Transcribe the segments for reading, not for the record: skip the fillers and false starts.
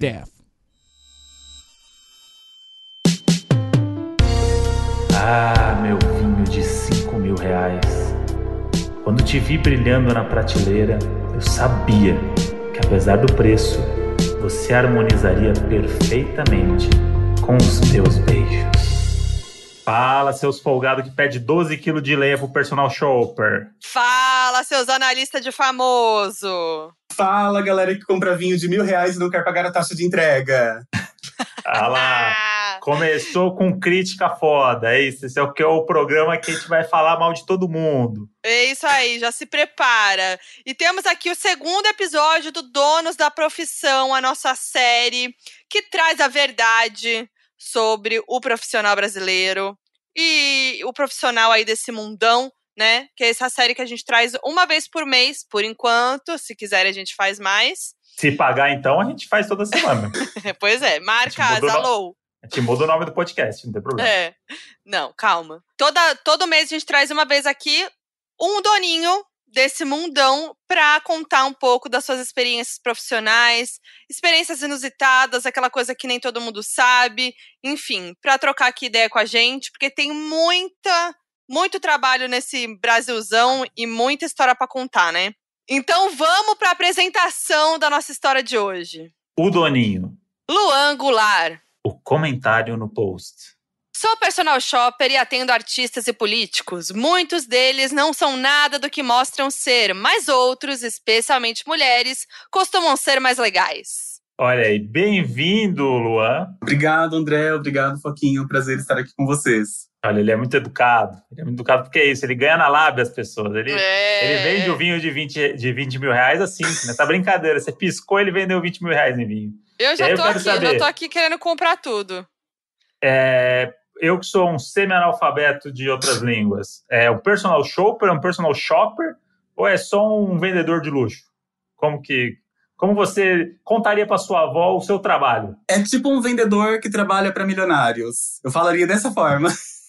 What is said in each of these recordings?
Death. Ah, meu vinho de R$ 5.000. Quando te vi brilhando na prateleira, eu sabia que, apesar do preço, você harmonizaria perfeitamente com os meus beijos. Fala, seus folgados que pede 12 quilos de lenha pro personal shopper. Fala, seus analistas de famoso. Fala, galera que compra vinho de R$ 1.000 e não quer pagar a taxa de entrega. Ah lá, começou com crítica foda, é isso? Esse é o programa que a gente vai falar mal de todo mundo. É isso aí, já se prepara. E temos aqui o segundo episódio do Donos da Profissão, a nossa série que traz a verdade sobre o profissional brasileiro e o profissional aí desse mundão, né? Que é essa série que a gente traz uma vez por mês, por enquanto. Se quiser, a gente faz mais. Se pagar, então, a gente faz toda semana. Pois é, marca alô. A gente muda o nome do podcast, não tem problema. É, não, calma. Todo mês a gente traz uma vez aqui um doninho desse mundão pra contar um pouco das suas experiências profissionais, experiências inusitadas, aquela coisa que nem todo mundo sabe, enfim, pra trocar aqui ideia com a gente, porque tem muito trabalho nesse Brasilzão e muita história pra contar, né? Então vamos pra apresentação da nossa história de hoje. O doninho. Luan Goulart. O comentário no post. Sou personal shopper e atendo artistas e políticos. Muitos deles não são nada do que mostram ser, mas outros, especialmente mulheres, costumam ser mais legais. Olha aí, bem-vindo, Luan. Obrigado, André. Obrigado, Foquinho. É um prazer estar aqui com vocês. Olha, ele é muito educado. Ele é muito educado porque é isso, ele ganha na lábia as pessoas. Ele vende o vinho de 20 mil reais assim, nessa brincadeira. Você piscou, ele vendeu 20 mil reais em vinho. Eu já tô aqui querendo comprar tudo. Eu que sou um semi-analfabeto de outras línguas, é um personal shopper, é um personal shopper ou é só um vendedor de luxo? Como você contaria para sua avó o seu trabalho? É tipo um vendedor que trabalha para milionários. Eu falaria dessa forma.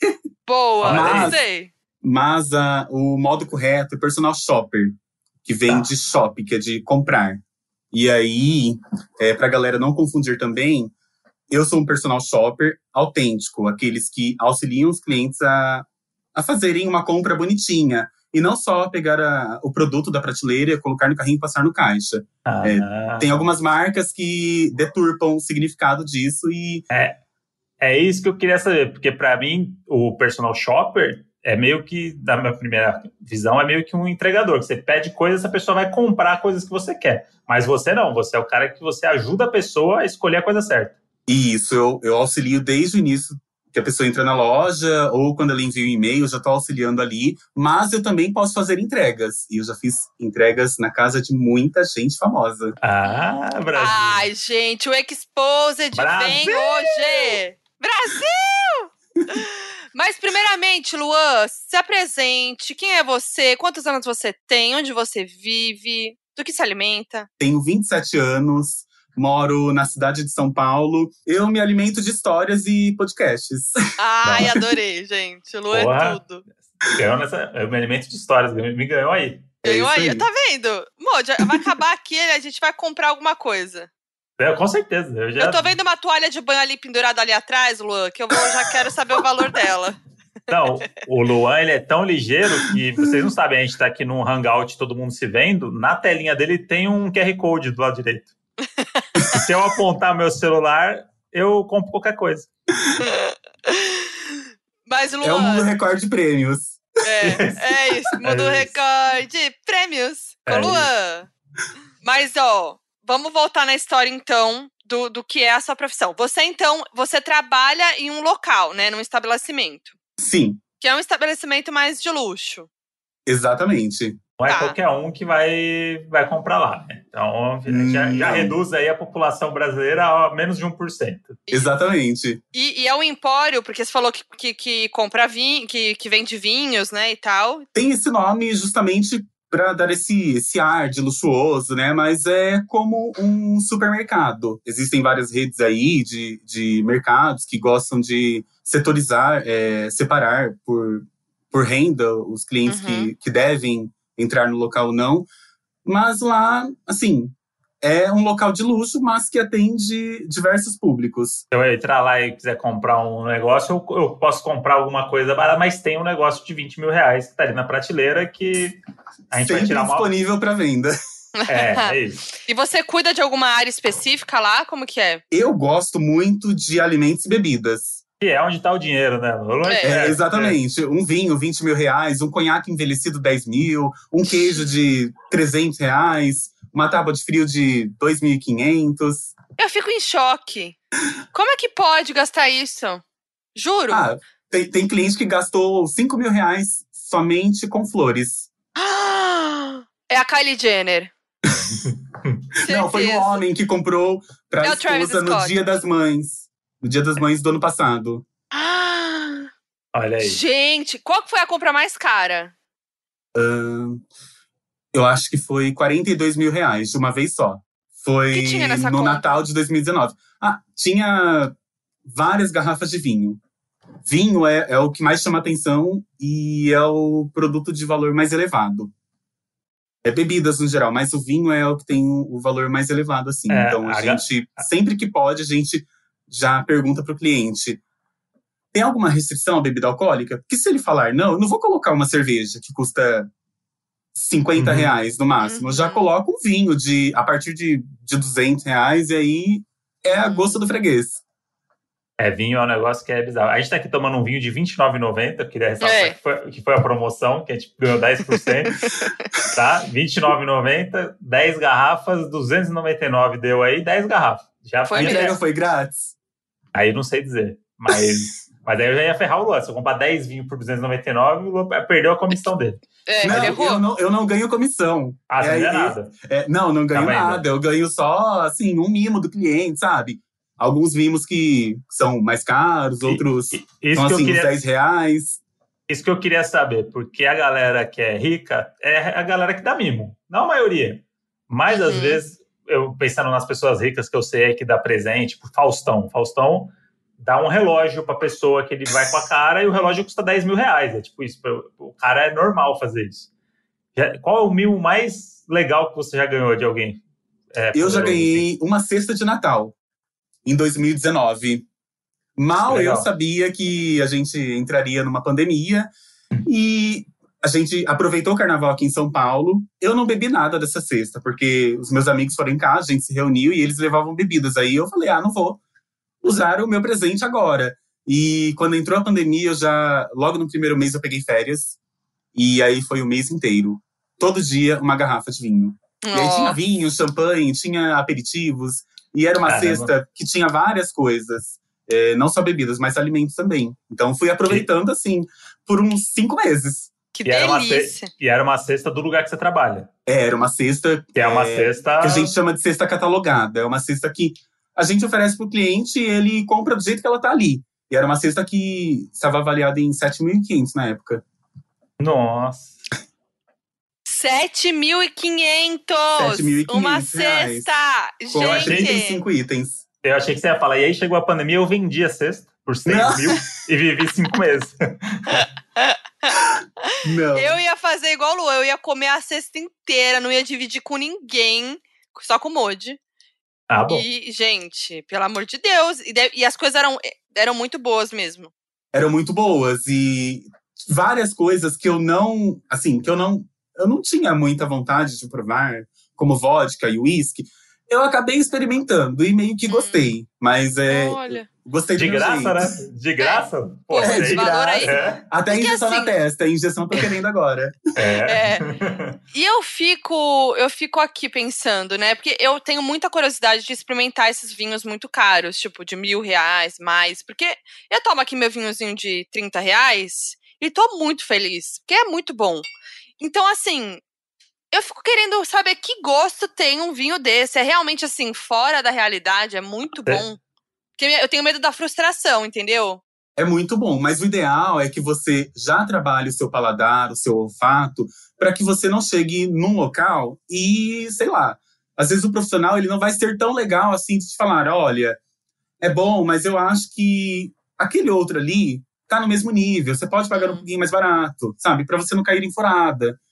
Boa, gostei. Mas o modo correto é personal shopper, que vem de shop, que é de comprar. E aí, pra galera não confundir também, eu sou um personal shopper autêntico, aqueles que auxiliam os clientes a fazerem uma compra bonitinha. E não só pegar o produto da prateleira, colocar no carrinho e passar no caixa. Tem algumas marcas que deturpam o significado disso e... É isso que eu queria saber, porque para mim, o personal shopper é meio que, da minha primeira visão, é meio que um entregador. Que você pede coisas, a pessoa vai comprar coisas que você quer. Mas você não, você é o cara que você ajuda a pessoa a escolher a coisa certa. Isso, eu auxilio desde o início que a pessoa entra na loja ou quando ela envia um e-mail, eu já estou auxiliando ali. Mas eu também posso fazer entregas. E eu já fiz entregas na casa de muita gente famosa. Brasil! Ai, gente, o Exposed vem hoje! Brasil! Mas primeiramente, Luan, se apresente. Quem é você? Quantos anos você tem? Onde você vive? Do que se alimenta? Tenho 27 anos. Moro na cidade de São Paulo. Eu me alimento de histórias e podcasts. Ai, adorei, gente. Lu é tudo. Eu me alimento de histórias, me ganhou aí. Ganhou aí, tá vendo? Moja, vai acabar aqui, a gente vai comprar alguma coisa. Com certeza. Eu tô vendo uma toalha de banho ali pendurada ali atrás, Luan, que eu já quero saber o valor dela. Não, o Luan, ele é tão ligeiro que vocês não sabem, a gente tá aqui num hangout, todo mundo se vendo, na telinha dele tem um QR Code do lado direito. Se eu apontar meu celular, eu compro qualquer coisa. Mas, Luan, é o Mundo Record de prêmios. É isso, Mundo Record de prêmios com Luan. Mas, vamos voltar na história, então, do que é a sua profissão. Você trabalha em um local, né? Num estabelecimento. Sim. Que é um estabelecimento mais de luxo. Exatamente. Não é qualquer um que vai comprar lá, né? Então, já reduz aí a população brasileira a menos de 1%. Exatamente. E é um empório, porque você falou que compra vinho, que vende vinhos, né, e tal. Tem esse nome justamente para dar esse ar de luxuoso, né? Mas é como um supermercado. Existem várias redes aí de mercados que gostam de setorizar, separar por renda os clientes que devem entrar no local ou não. Mas lá, assim, é um local de luxo, mas que atende diversos públicos. Se eu entrar lá e quiser comprar um negócio, eu posso comprar alguma coisa barata, mas tem um negócio de 20 mil reais que tá ali na prateleira que a gente vai tirar uma... disponível para venda. É isso. E você cuida de alguma área específica lá? Como que é? Eu gosto muito de alimentos e bebidas. Que é onde tá o dinheiro, né? Exatamente. Um vinho, 20 mil reais, um conhaque envelhecido, 10 mil, um queijo de 300 reais, uma tábua de frio de 2.500. Eu fico em choque. Como é que pode gastar isso? Juro. Tem cliente que gastou 5 mil reais somente com flores. É a Kylie Jenner. Não, foi um homem que comprou pra esposa no Dia das Mães. No Dia das Mães do ano passado. Olha aí. Gente, qual foi a compra mais cara? Eu acho que foi 42 mil reais de uma vez só. Foi que tinha nessa no compra? Natal de 2019. Tinha várias garrafas de vinho. Vinho é o que mais chama atenção e é o produto de valor mais elevado. É bebidas no geral, mas o vinho é o que tem o valor mais elevado, assim. Então, a gente, sempre que pode, a gente já pergunta pro cliente: tem alguma restrição à bebida alcoólica? Porque se ele falar não, eu não vou colocar uma cerveja que custa 50 reais no máximo. Eu já coloco um vinho a partir de 200 reais e aí é a gosto do freguês. Vinho é um negócio que é bizarro. A gente tá aqui tomando um vinho de R$29,90, queria ressaltar que foi a promoção, que a gente ganhou 10%. Tá? R$29,90, 10 garrafas, R$299 deu aí, 10 garrafas. Já foi a entrega foi grátis? Aí não sei dizer, mas aí eu já ia ferrar o Luan. Se eu comprar 10 vinhos por R$299, o Luan perdeu a comissão dele. Eu não ganho comissão. Você não ganha nada? Não ganho nada. Eu ganho só, assim, um mimo do cliente, sabe? Alguns mimos que são mais caros, outros são, assim, uns 10 reais. Isso que eu queria saber, porque a galera que é rica é a galera que dá mimo. Não a maioria. Mas, às vezes, eu pensando nas pessoas ricas que eu sei aí que dá presente, tipo Faustão. Faustão dá um relógio pra pessoa que ele vai com a cara e o relógio custa 10 mil reais. É tipo isso. O cara é normal fazer isso. Qual é o mimo mais legal que você já ganhou de alguém? Eu já ganhei uma cesta de Natal, em 2019. Mal eu sabia que a gente entraria numa pandemia e a gente aproveitou o carnaval aqui em São Paulo. Eu não bebi nada dessa cesta, porque os meus amigos foram em casa, a gente se reuniu e eles levavam bebidas. Aí eu falei, não vou usar o meu presente agora. E quando entrou a pandemia, logo no primeiro mês eu peguei férias. E aí foi o mês inteiro. Todo dia uma garrafa de vinho. E aí tinha vinho, champanhe, tinha aperitivos. E era uma cesta que tinha várias coisas. Não só bebidas, mas alimentos também. Então fui aproveitando, assim, por uns 5 meses. Que delícia! E era uma cesta do lugar que você trabalha. Era uma cesta… Que é uma cesta… que a gente chama de cesta catalogada. É uma cesta que a gente oferece pro cliente e ele compra do jeito que ela tá ali. E era uma cesta que estava avaliada em 7.500 na época. Nossa! 7.500! Uma cesta! Gente! Com 35 itens. Eu achei que você ia falar, e aí chegou a pandemia, eu vendi a cesta por 6 mil e vivi 5 meses. Não. Eu ia fazer igual o Lu, eu ia comer a cesta inteira, não ia dividir com ninguém, só com o Modi. Bom. E, gente, pelo amor de Deus, e as coisas eram muito boas mesmo. Eram muito boas, e várias coisas que eu não tinha muita vontade de provar, como vodka e uísque. Eu acabei experimentando e meio que gostei. Mas Olha. Gostei de graça, né? De graça? Pô, de graça. Até porque injeção assim, na testa. A injeção tô querendo agora. E eu fico aqui pensando, né? Porque eu tenho muita curiosidade de experimentar esses vinhos muito caros, tipo de R$1.000, mais. Porque eu tomo aqui meu vinhozinho de R$30 e tô muito feliz. Porque é muito bom. Então, assim… eu fico querendo saber que gosto tem um vinho desse. É realmente, assim, fora da realidade? É muito bom. Porque eu tenho medo da frustração, entendeu? É muito bom, mas o ideal é que você já trabalhe o seu paladar, o seu olfato, para que você não chegue num local e, sei lá, às vezes o profissional ele não vai ser tão legal assim de te falar, olha, é bom, mas eu acho que aquele outro ali tá no mesmo nível, você pode pagar um pouquinho mais barato, sabe? Para você não cair em furada.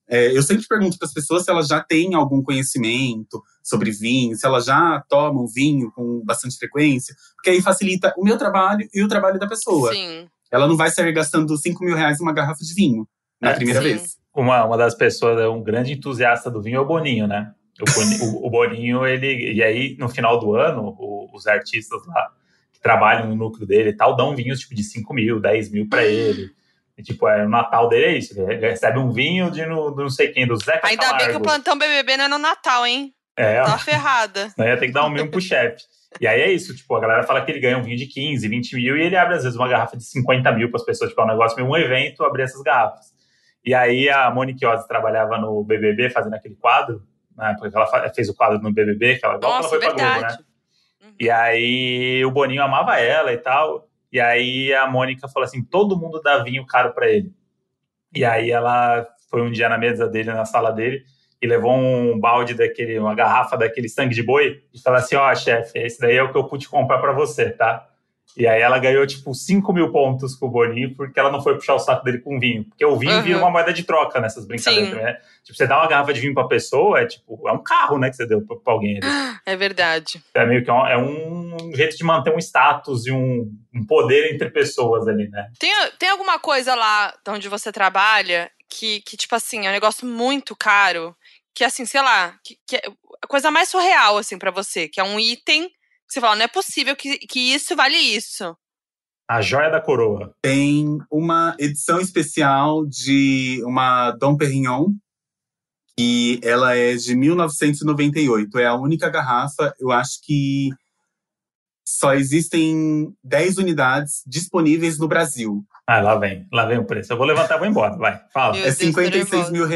Eu sempre pergunto para as pessoas se elas já têm algum conhecimento sobre vinho, se elas já tomam vinho com bastante frequência, porque aí facilita o meu trabalho e o trabalho da pessoa. Sim. Ela não vai sair gastando R$5.000 numa garrafa de vinho na primeira vez. Uma das pessoas, um grande entusiasta do vinho é o Boninho, né? O Boninho, ele... E aí, no final do ano, os artistas lá que trabalham no núcleo dele e tal, dão vinhos tipo de 5 mil, 10 mil pra ele. E, tipo, o Natal dele é isso. Ele recebe um vinho de não sei quem, do Zeca Ainda Camargo. bem que o plantão BBB não é no Natal, hein? Tá ferrada. Senão ia ter que dar um mimo pro chefe. E aí é isso, tipo, a galera fala que ele ganha um vinho de 15, 20 mil e ele abre, às vezes, uma garrafa de 50 mil pras pessoas. Tipo, é um negócio meio um evento abrir essas garrafas. E aí a Monique Oz trabalhava no BBB fazendo aquele quadro, né? Porque ela fez o quadro no BBB, que ela foi pra Globo, né? E aí o Boninho amava ela e tal. E aí a Mônica falou assim, todo mundo dá vinho caro pra ele. E aí ela foi um dia na mesa dele, na sala dele, e levou um balde uma garrafa daquele sangue de boi, e falou assim, chefe, esse daí é o que eu pude comprar pra você, tá? E aí ela ganhou, tipo, 5 mil pontos com o Boninho, porque ela não foi puxar o saco dele com vinho. Porque o vinho vira uma moeda de troca nessas brincadeiras, né? Tipo, você dá uma garrafa de vinho pra pessoa, é um carro, né, que você deu pra alguém ali. É verdade. É meio que um jeito de manter um status e um poder entre pessoas ali, né? Tem alguma coisa lá onde você trabalha que, tipo assim, é um negócio muito caro, que assim, sei lá, que é a coisa mais surreal, assim, pra você, que é um item que você fala, não é possível que isso vale isso. A joia da coroa. Tem uma edição especial de uma Dom Perignon, que ela é de 1998. É a única garrafa, eu acho que só existem 10 unidades disponíveis no Brasil. Lá vem o preço. Eu vou levantar e vou embora, vai, fala. É R$56 mil.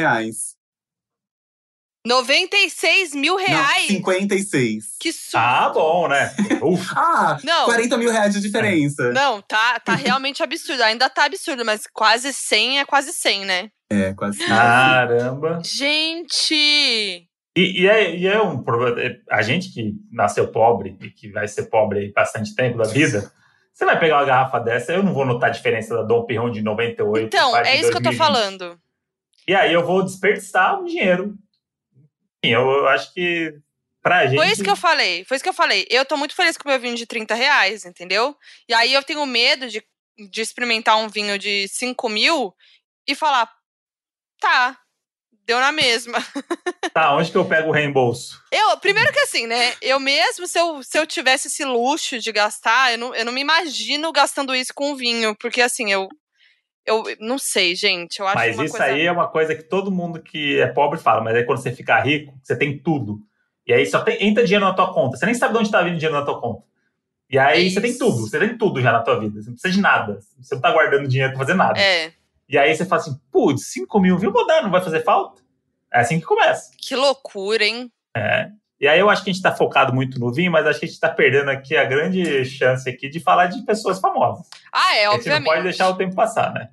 96 mil reais? Não, 56. Que susto. Bom, né? Não. R$40 mil de diferença. Não, tá realmente absurdo. Ainda tá absurdo, mas quase 100 é quase 100, né? É, quase 100. Caramba. Gente! E é um problema. A gente que nasceu pobre e que vai ser pobre aí bastante tempo da vida, você vai pegar uma garrafa dessa, eu não vou notar a diferença da Dom Perignon de 98. Então, é isso 2020. que eu tô falando. E aí eu vou desperdiçar o dinheiro. Eu acho que pra gente... Foi isso que eu falei. Eu tô muito feliz com o meu vinho de R$30, entendeu? E aí eu tenho medo de experimentar um vinho de 5 mil e falar, tá, deu na mesma. Tá, onde que eu pego o reembolso? Primeiro que assim, né? Eu mesmo, se eu tivesse esse luxo de gastar, eu não me imagino gastando isso com vinho. Porque assim, eu não sei, gente. Eu acho mas isso aí é uma coisa que todo mundo que é pobre fala. Mas aí quando você ficar rico, você tem tudo. E aí só entra dinheiro na tua conta. Você nem sabe de onde tá vindo dinheiro na tua conta. E aí você tem tudo. Você tem tudo já na tua vida. Você não precisa de nada. Você não tá guardando dinheiro pra fazer nada. E aí você fala assim, 5 mil, viu? Vou dar, não vai fazer falta? É assim que começa. Que loucura, hein? E aí eu acho que a gente tá focado muito no vinho, mas acho que a gente tá perdendo aqui a grande chance aqui de falar de pessoas famosas. Obviamente. A gente não pode deixar o tempo passar, né?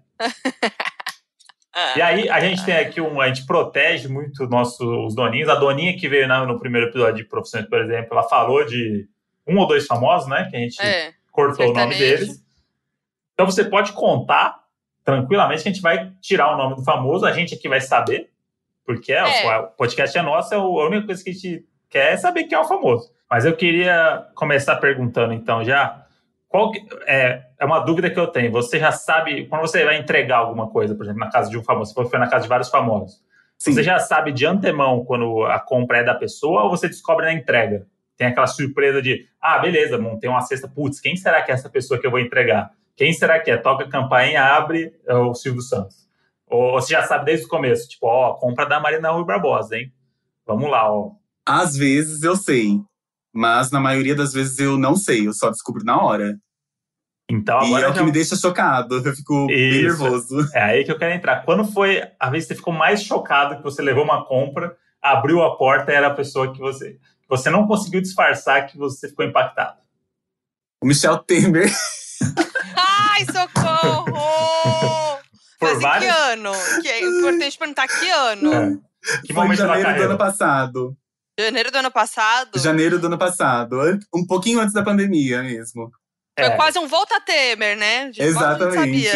E aí a gente tem aqui a gente protege muito os doninhos. A doninha que veio no primeiro episódio de Profissões, por exemplo, ela falou de 1 ou 2 famosos, né? Que a gente cortou o nome deles. Então você pode contar tranquilamente que a gente vai tirar o nome do famoso, a gente aqui vai saber, porque o podcast é nosso, a única coisa que a gente quer é saber quem é o famoso. Mas eu queria começar perguntando então já, é uma dúvida que eu tenho, você já sabe, quando você vai entregar alguma coisa, por exemplo, na casa de um famoso, você foi na casa de vários famosos, Sim. Você já sabe de antemão quando a compra é da pessoa ou você descobre na entrega? Tem aquela surpresa de, beleza, montei uma cesta, putz, quem será que é essa pessoa que eu vou entregar? Quem será que é? Toca a campainha, abre, é o Silvio Santos. Ou você já sabe desde o começo, tipo, compra da Marina Rui Barbosa, hein? Vamos lá, Às vezes eu sei, mas na maioria das vezes eu não sei, eu só descubro na hora. Então, agora e é o que me deixa chocado, eu fico bem nervoso. É aí que eu quero entrar. Quando foi a vez que você ficou mais chocado que você levou uma compra, abriu a porta e era a pessoa que você não conseguiu disfarçar que você ficou impactado? O Michel Temer. Ai, socorro! Mas em que ano? Que é importante perguntar que ano. Que foi em janeiro do ano passado. Janeiro do ano passado? Janeiro do ano passado. Um pouquinho antes da pandemia mesmo. Foi quase um volta Temer, né? Exatamente. Sabia.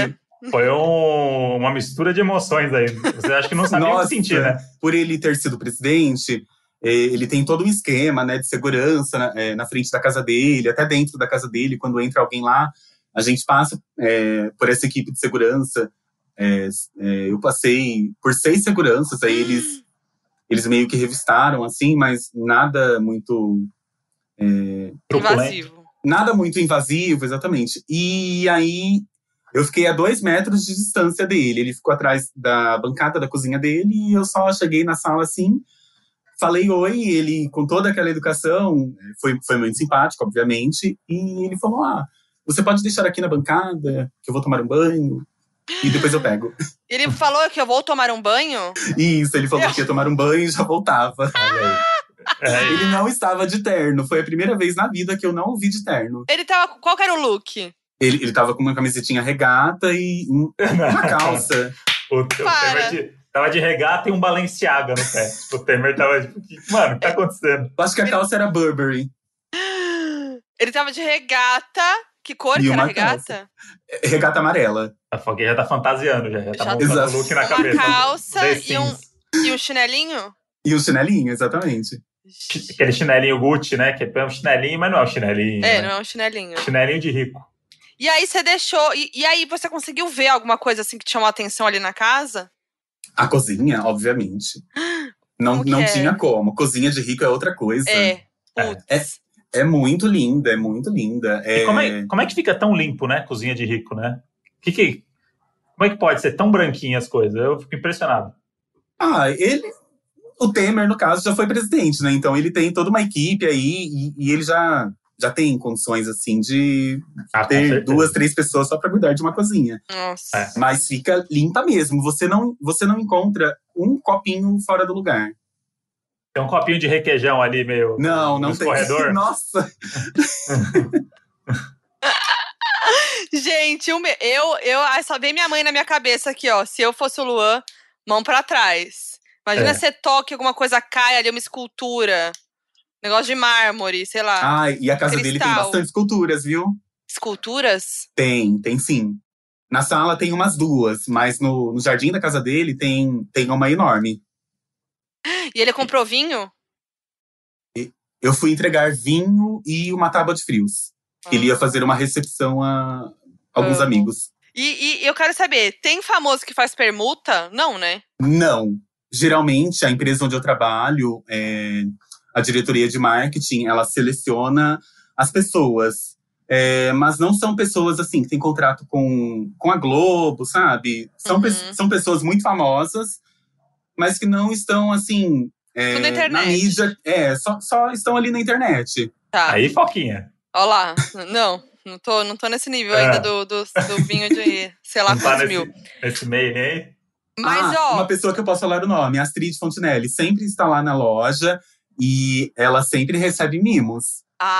Foi uma mistura de emoções aí. Você acha que não sabia o que sentir, né? Por ele ter sido presidente, ele tem todo um esquema, né, de segurança na frente da casa dele, até dentro da casa dele. Quando entra alguém lá, a gente passa por essa equipe de segurança. Eu passei por 6 seguranças, aí eles meio que revistaram, assim, mas nada muito… invasivo. Nada muito invasivo, exatamente. E aí, eu fiquei a 2 metros de distância dele. Ele ficou atrás da bancada da cozinha dele e eu só cheguei na sala assim, falei oi, ele com toda aquela educação, foi muito simpático, obviamente, e ele falou, você pode deixar aqui na bancada, que eu vou tomar um banho, e depois eu pego. Ele falou que eu vou tomar um banho? Isso, ele falou que ia tomar um banho e já voltava. Olha aí. Ele não estava de terno, foi a primeira vez na vida que eu não o vi de terno. Ele tava… Qual que era o look? Ele tava com uma camisetinha regata e uma calça. O Temer tava de regata e um Balenciaga no pé. O Temer tava tipo, mano, o que tá acontecendo? Eu acho que a calça era Burberry. Ele tava de regata. Que cor que era a regata? Regata amarela. A Fogueira já tá fantasiando, já tá Exato. montando o look na cabeça. Uma calça e um chinelinho? E um chinelinho, exatamente. Aquele chinelinho Gucci, né? Que é um chinelinho, mas não é um chinelinho. Né? Não é um chinelinho. Chinelinho de rico. E aí você deixou… E aí você conseguiu ver alguma coisa assim que te chamou a atenção ali na casa? A cozinha, obviamente. Não tinha como. Cozinha de rico é outra coisa. É muito linda, é muito linda. E como é que fica tão limpo, né? Cozinha de rico, né? Como é que pode ser tão branquinha as coisas? Eu fico impressionado. O Temer, no caso, já foi presidente, né? Então ele tem toda uma equipe aí e ele já tem condições, assim, de ter 2, 3 pessoas só pra cuidar de uma cozinha. Nossa. Mas fica limpa mesmo. Você não encontra um copinho fora do lugar. Tem um copinho de requeijão ali, meio… Não no tem. Corredor. Nossa! Gente, só vem minha mãe na minha cabeça aqui, ó. Se eu fosse o Luan, mão pra trás. Imagina você toque, alguma coisa cai ali, uma escultura. Negócio de mármore, sei lá. E a casa dele tem bastante esculturas, viu? Esculturas? Tem sim. Na sala tem umas 2, mas no jardim da casa dele tem uma enorme. E ele comprou vinho? Eu fui entregar vinho e uma tábua de frios. Ele ia fazer uma recepção a alguns amigos. E eu quero saber, tem famoso que faz permuta? Não, né? Não. Geralmente, a empresa onde eu trabalho, a diretoria de marketing, ela seleciona as pessoas. Mas não são pessoas, assim, que têm contrato com a Globo, sabe? São pessoas muito famosas, mas que não estão, assim… na internet. Na mídia, só estão ali na internet. Tá. Aí, Foquinha. Olha lá, não tô nesse nível ainda do vinho de sei lá quantos mil. Nesse meio aí. Mas, uma pessoa que eu posso falar o nome, Astrid Fontinelli, sempre está lá na loja e ela sempre recebe mimos.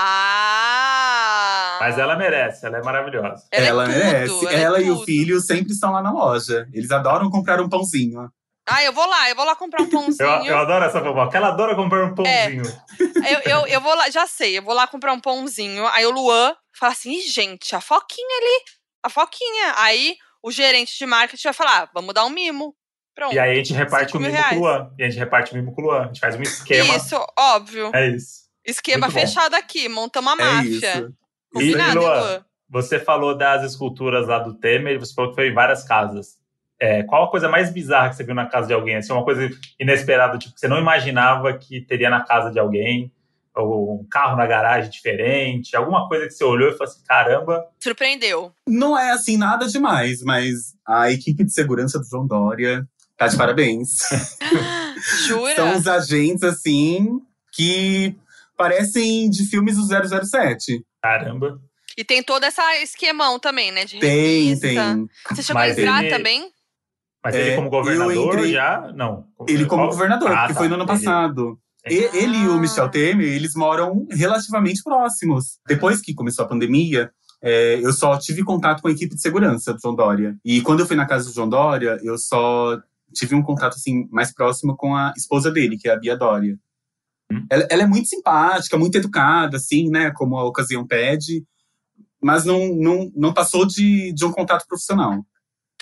Mas ela merece, ela é maravilhosa. Ela merece. Ela e o filho sempre estão lá na loja. Eles adoram comprar um pãozinho. Eu vou lá comprar um pãozinho. eu adoro essa fofoca, ela adora comprar um pãozinho. Eu vou lá, já sei, eu vou lá comprar um pãozinho. Aí o Luan fala assim, gente, a Foquinha ali, a Foquinha. Aí o gerente de marketing vai falar, vamos dar um mimo. Pronto. E aí a gente reparte o mimo com o Luan. A gente faz um esquema. Isso, óbvio. É isso. Esquema fechado aqui, montamos uma máfia. Combinado, Luan, você falou das esculturas lá do Temer, você falou que foi em várias casas. Qual a coisa mais bizarra que você viu na casa de alguém? Assim, uma coisa inesperada, tipo, que você não imaginava que teria na casa de alguém? Ou um carro na garagem diferente? Alguma coisa que você olhou e falou assim, caramba… Surpreendeu. Não é, assim, nada demais, mas a equipe de segurança do João Dória tá de parabéns. Jura? São os agentes, assim, que parecem de filmes do 007. Caramba. E tem todo esse esquemão também, né? De revista. Tem. Você chegou a entrar também? Mas ele como governador já? Não. Ele como governador, que foi no ano passado. Ele e o Michel Temer, eles moram relativamente próximos. Depois que começou a pandemia, eu só tive contato com a equipe de segurança do João Dória. E quando eu fui na casa do João Dória, eu só tive um contato assim, mais próximo com a esposa dele, que é a Bia Dória. Ela é muito simpática, muito educada, assim, né? Como a ocasião pede. Mas não passou de um contato profissional.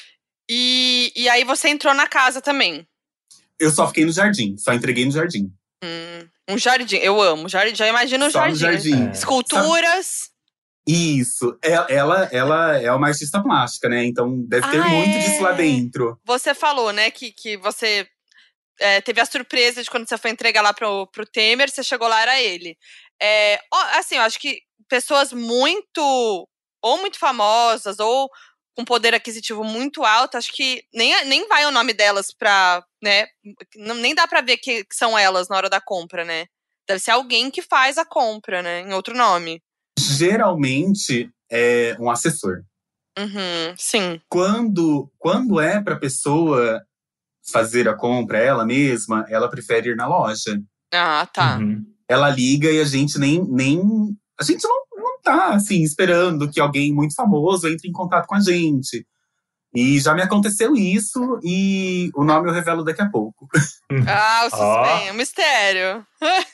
E aí você entrou na casa também. Eu só fiquei no jardim, só entreguei no jardim. Um jardim, eu amo. Jardim, já imagino um Só no jardim. jardim. Esculturas. Isso. Ela é uma artista plástica, né? Então deve ter muito disso lá dentro. Você falou, né, que você teve a surpresa de quando você foi entregar lá pro Temer, você chegou lá, era ele. Assim, eu acho que pessoas muito famosas, ou com poder aquisitivo muito alto, acho que nem vai o nome delas pra, né, nem dá pra ver que são elas na hora da compra, né? Deve ser alguém que faz a compra, né, em outro nome. Geralmente é um assessor. Sim. Quando é pra pessoa fazer a compra ela mesma, ela prefere ir na loja. Ah, tá. Ela liga e a gente a gente não tá, assim, esperando que alguém muito famoso entre em contato com a gente. E já me aconteceu isso, e o nome eu revelo daqui a pouco. Ah, o suspense, o mistério.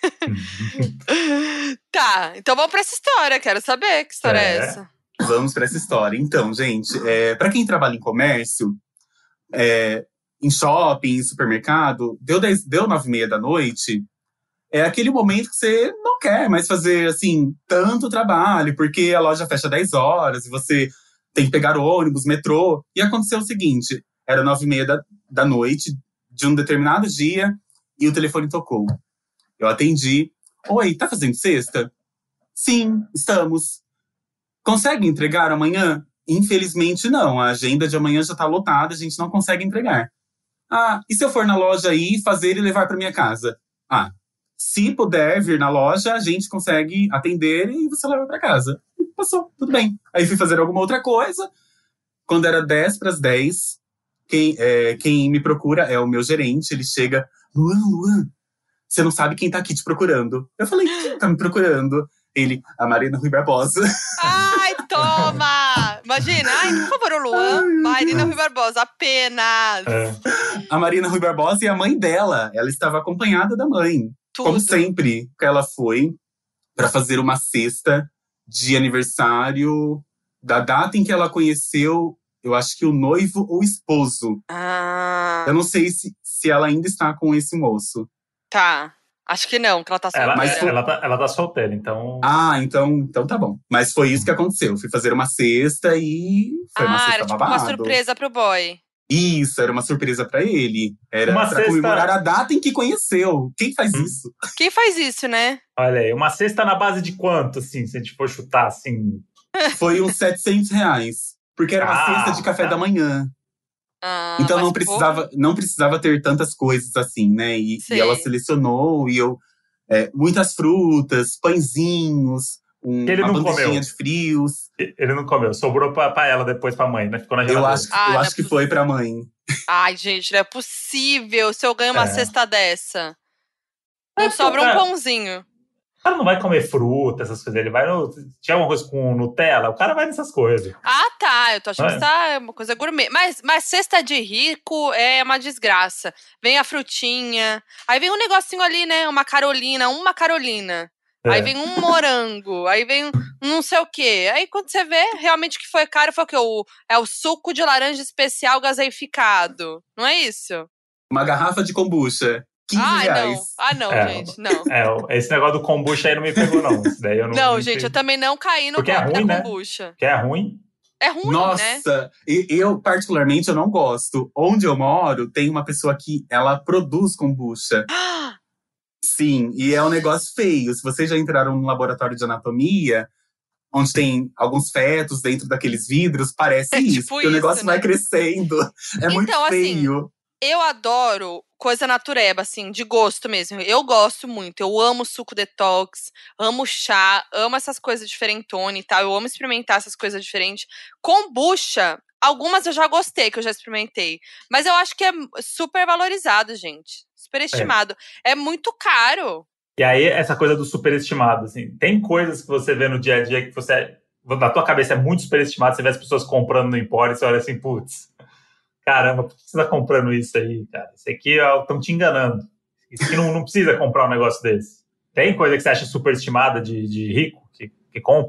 Tá, então vamos pra essa história, quero saber que história é essa. Vamos pra essa história. Então, gente, pra quem trabalha em comércio, em shopping, em supermercado, deu 9h30 da noite, é aquele momento que você não quer mais fazer, assim, tanto trabalho, porque a loja fecha 10 horas e você tem que pegar o ônibus, metrô. E aconteceu o seguinte, era 9h30 da noite de um determinado dia e o telefone tocou. Eu atendi. Oi, tá fazendo cesta? Sim, estamos. Consegue entregar amanhã? Infelizmente não, a agenda de amanhã já tá lotada, a gente não consegue entregar. Ah, e se eu for na loja aí, fazer e levar pra minha casa? Ah, se puder vir na loja, a gente consegue atender e você leva pra casa. Passou, tudo bem. Aí fui fazer alguma outra coisa. Quando era 10:10, quem me procura é o meu gerente. Ele chega, Luan, você não sabe quem tá aqui te procurando. Eu falei, quem tá me procurando? Ele, a Marina Rui Barbosa. Ai, toma! Imagina, por favor, o Luan, Marina Rui Barbosa, apenas. A Marina Rui Barbosa e a mãe dela. Ela estava acompanhada da mãe. Tudo. Como sempre, ela foi para fazer uma cesta de aniversário da data em que ela conheceu, eu acho que o noivo ou esposo. Eu não sei se ela ainda está com esse moço. Tá. Acho que não, que ela tá solteira. Ela tá solteira, então… Então tá bom. Mas foi isso que aconteceu. Fui fazer uma cesta e foi uma cesta era tipo babado. uma surpresa pro boy. Isso, era uma surpresa pra ele. Era pra comemorar a data em que conheceu. Quem faz isso? Quem faz isso, né? Olha aí, uma cesta na base de quanto, assim, se a gente for chutar, assim? Foi uns R$700. Porque era uma cesta de café da manhã. Então não precisava ter tantas coisas assim, né? E ela selecionou, e muitas frutas, pãezinhos, uma bandejinha de frios. Ele não comeu, sobrou pra ela depois, pra mãe, né? Ficou na geladeira. Eu acho que foi pra mãe. Ai, gente, não é possível se eu ganho uma cesta dessa. Não sobra um pãozinho. O cara não vai comer fruta, essas coisas. Ele vai tiver alguma coisa com Nutella, o cara vai nessas coisas. Ah, tá. Eu tô achando que isso é uma coisa gourmet. Mas cesta de rico é uma desgraça. Vem a frutinha. Aí vem um negocinho ali, né? Uma carolina. Aí vem um morango. Aí vem um não sei o quê. Aí quando você vê, realmente o que foi caro foi o quê? É o suco de laranja especial gaseificado. Não é isso? Uma garrafa de kombucha. R$15. Não, gente, não. Esse negócio do kombucha aí não me pegou, não. Isso daí eu não gente, eu também não caí no golpe da kombucha. Porque é ruim? É ruim, Nossa, né? Nossa, eu particularmente eu não gosto. Onde eu moro, tem uma pessoa que ela produz kombucha. Sim, e é um negócio feio. Se vocês já entraram num laboratório de anatomia, onde tem alguns fetos dentro daqueles vidros, parece isso. Porque o negócio vai crescendo. É muito feio. Assim, eu adoro coisa natureba, assim, de gosto mesmo. Eu gosto muito. Eu amo suco detox, amo chá, amo essas coisas diferentonas e tal. Eu amo experimentar essas coisas diferentes. Kombucha, algumas eu já gostei, que eu já experimentei. Mas eu acho que é super valorizado, gente. Superestimado. É muito caro. E aí, essa coisa do superestimado, assim, tem coisas que você vê no dia a dia que você, na tua cabeça, é muito superestimado. Você vê as pessoas comprando no Empório e você olha assim, putz, caramba, por que você tá comprando isso aí, cara? Isso aqui estão te enganando. Isso aqui não precisa comprar um negócio desse. Tem coisa que você acha superestimada de rico que compra?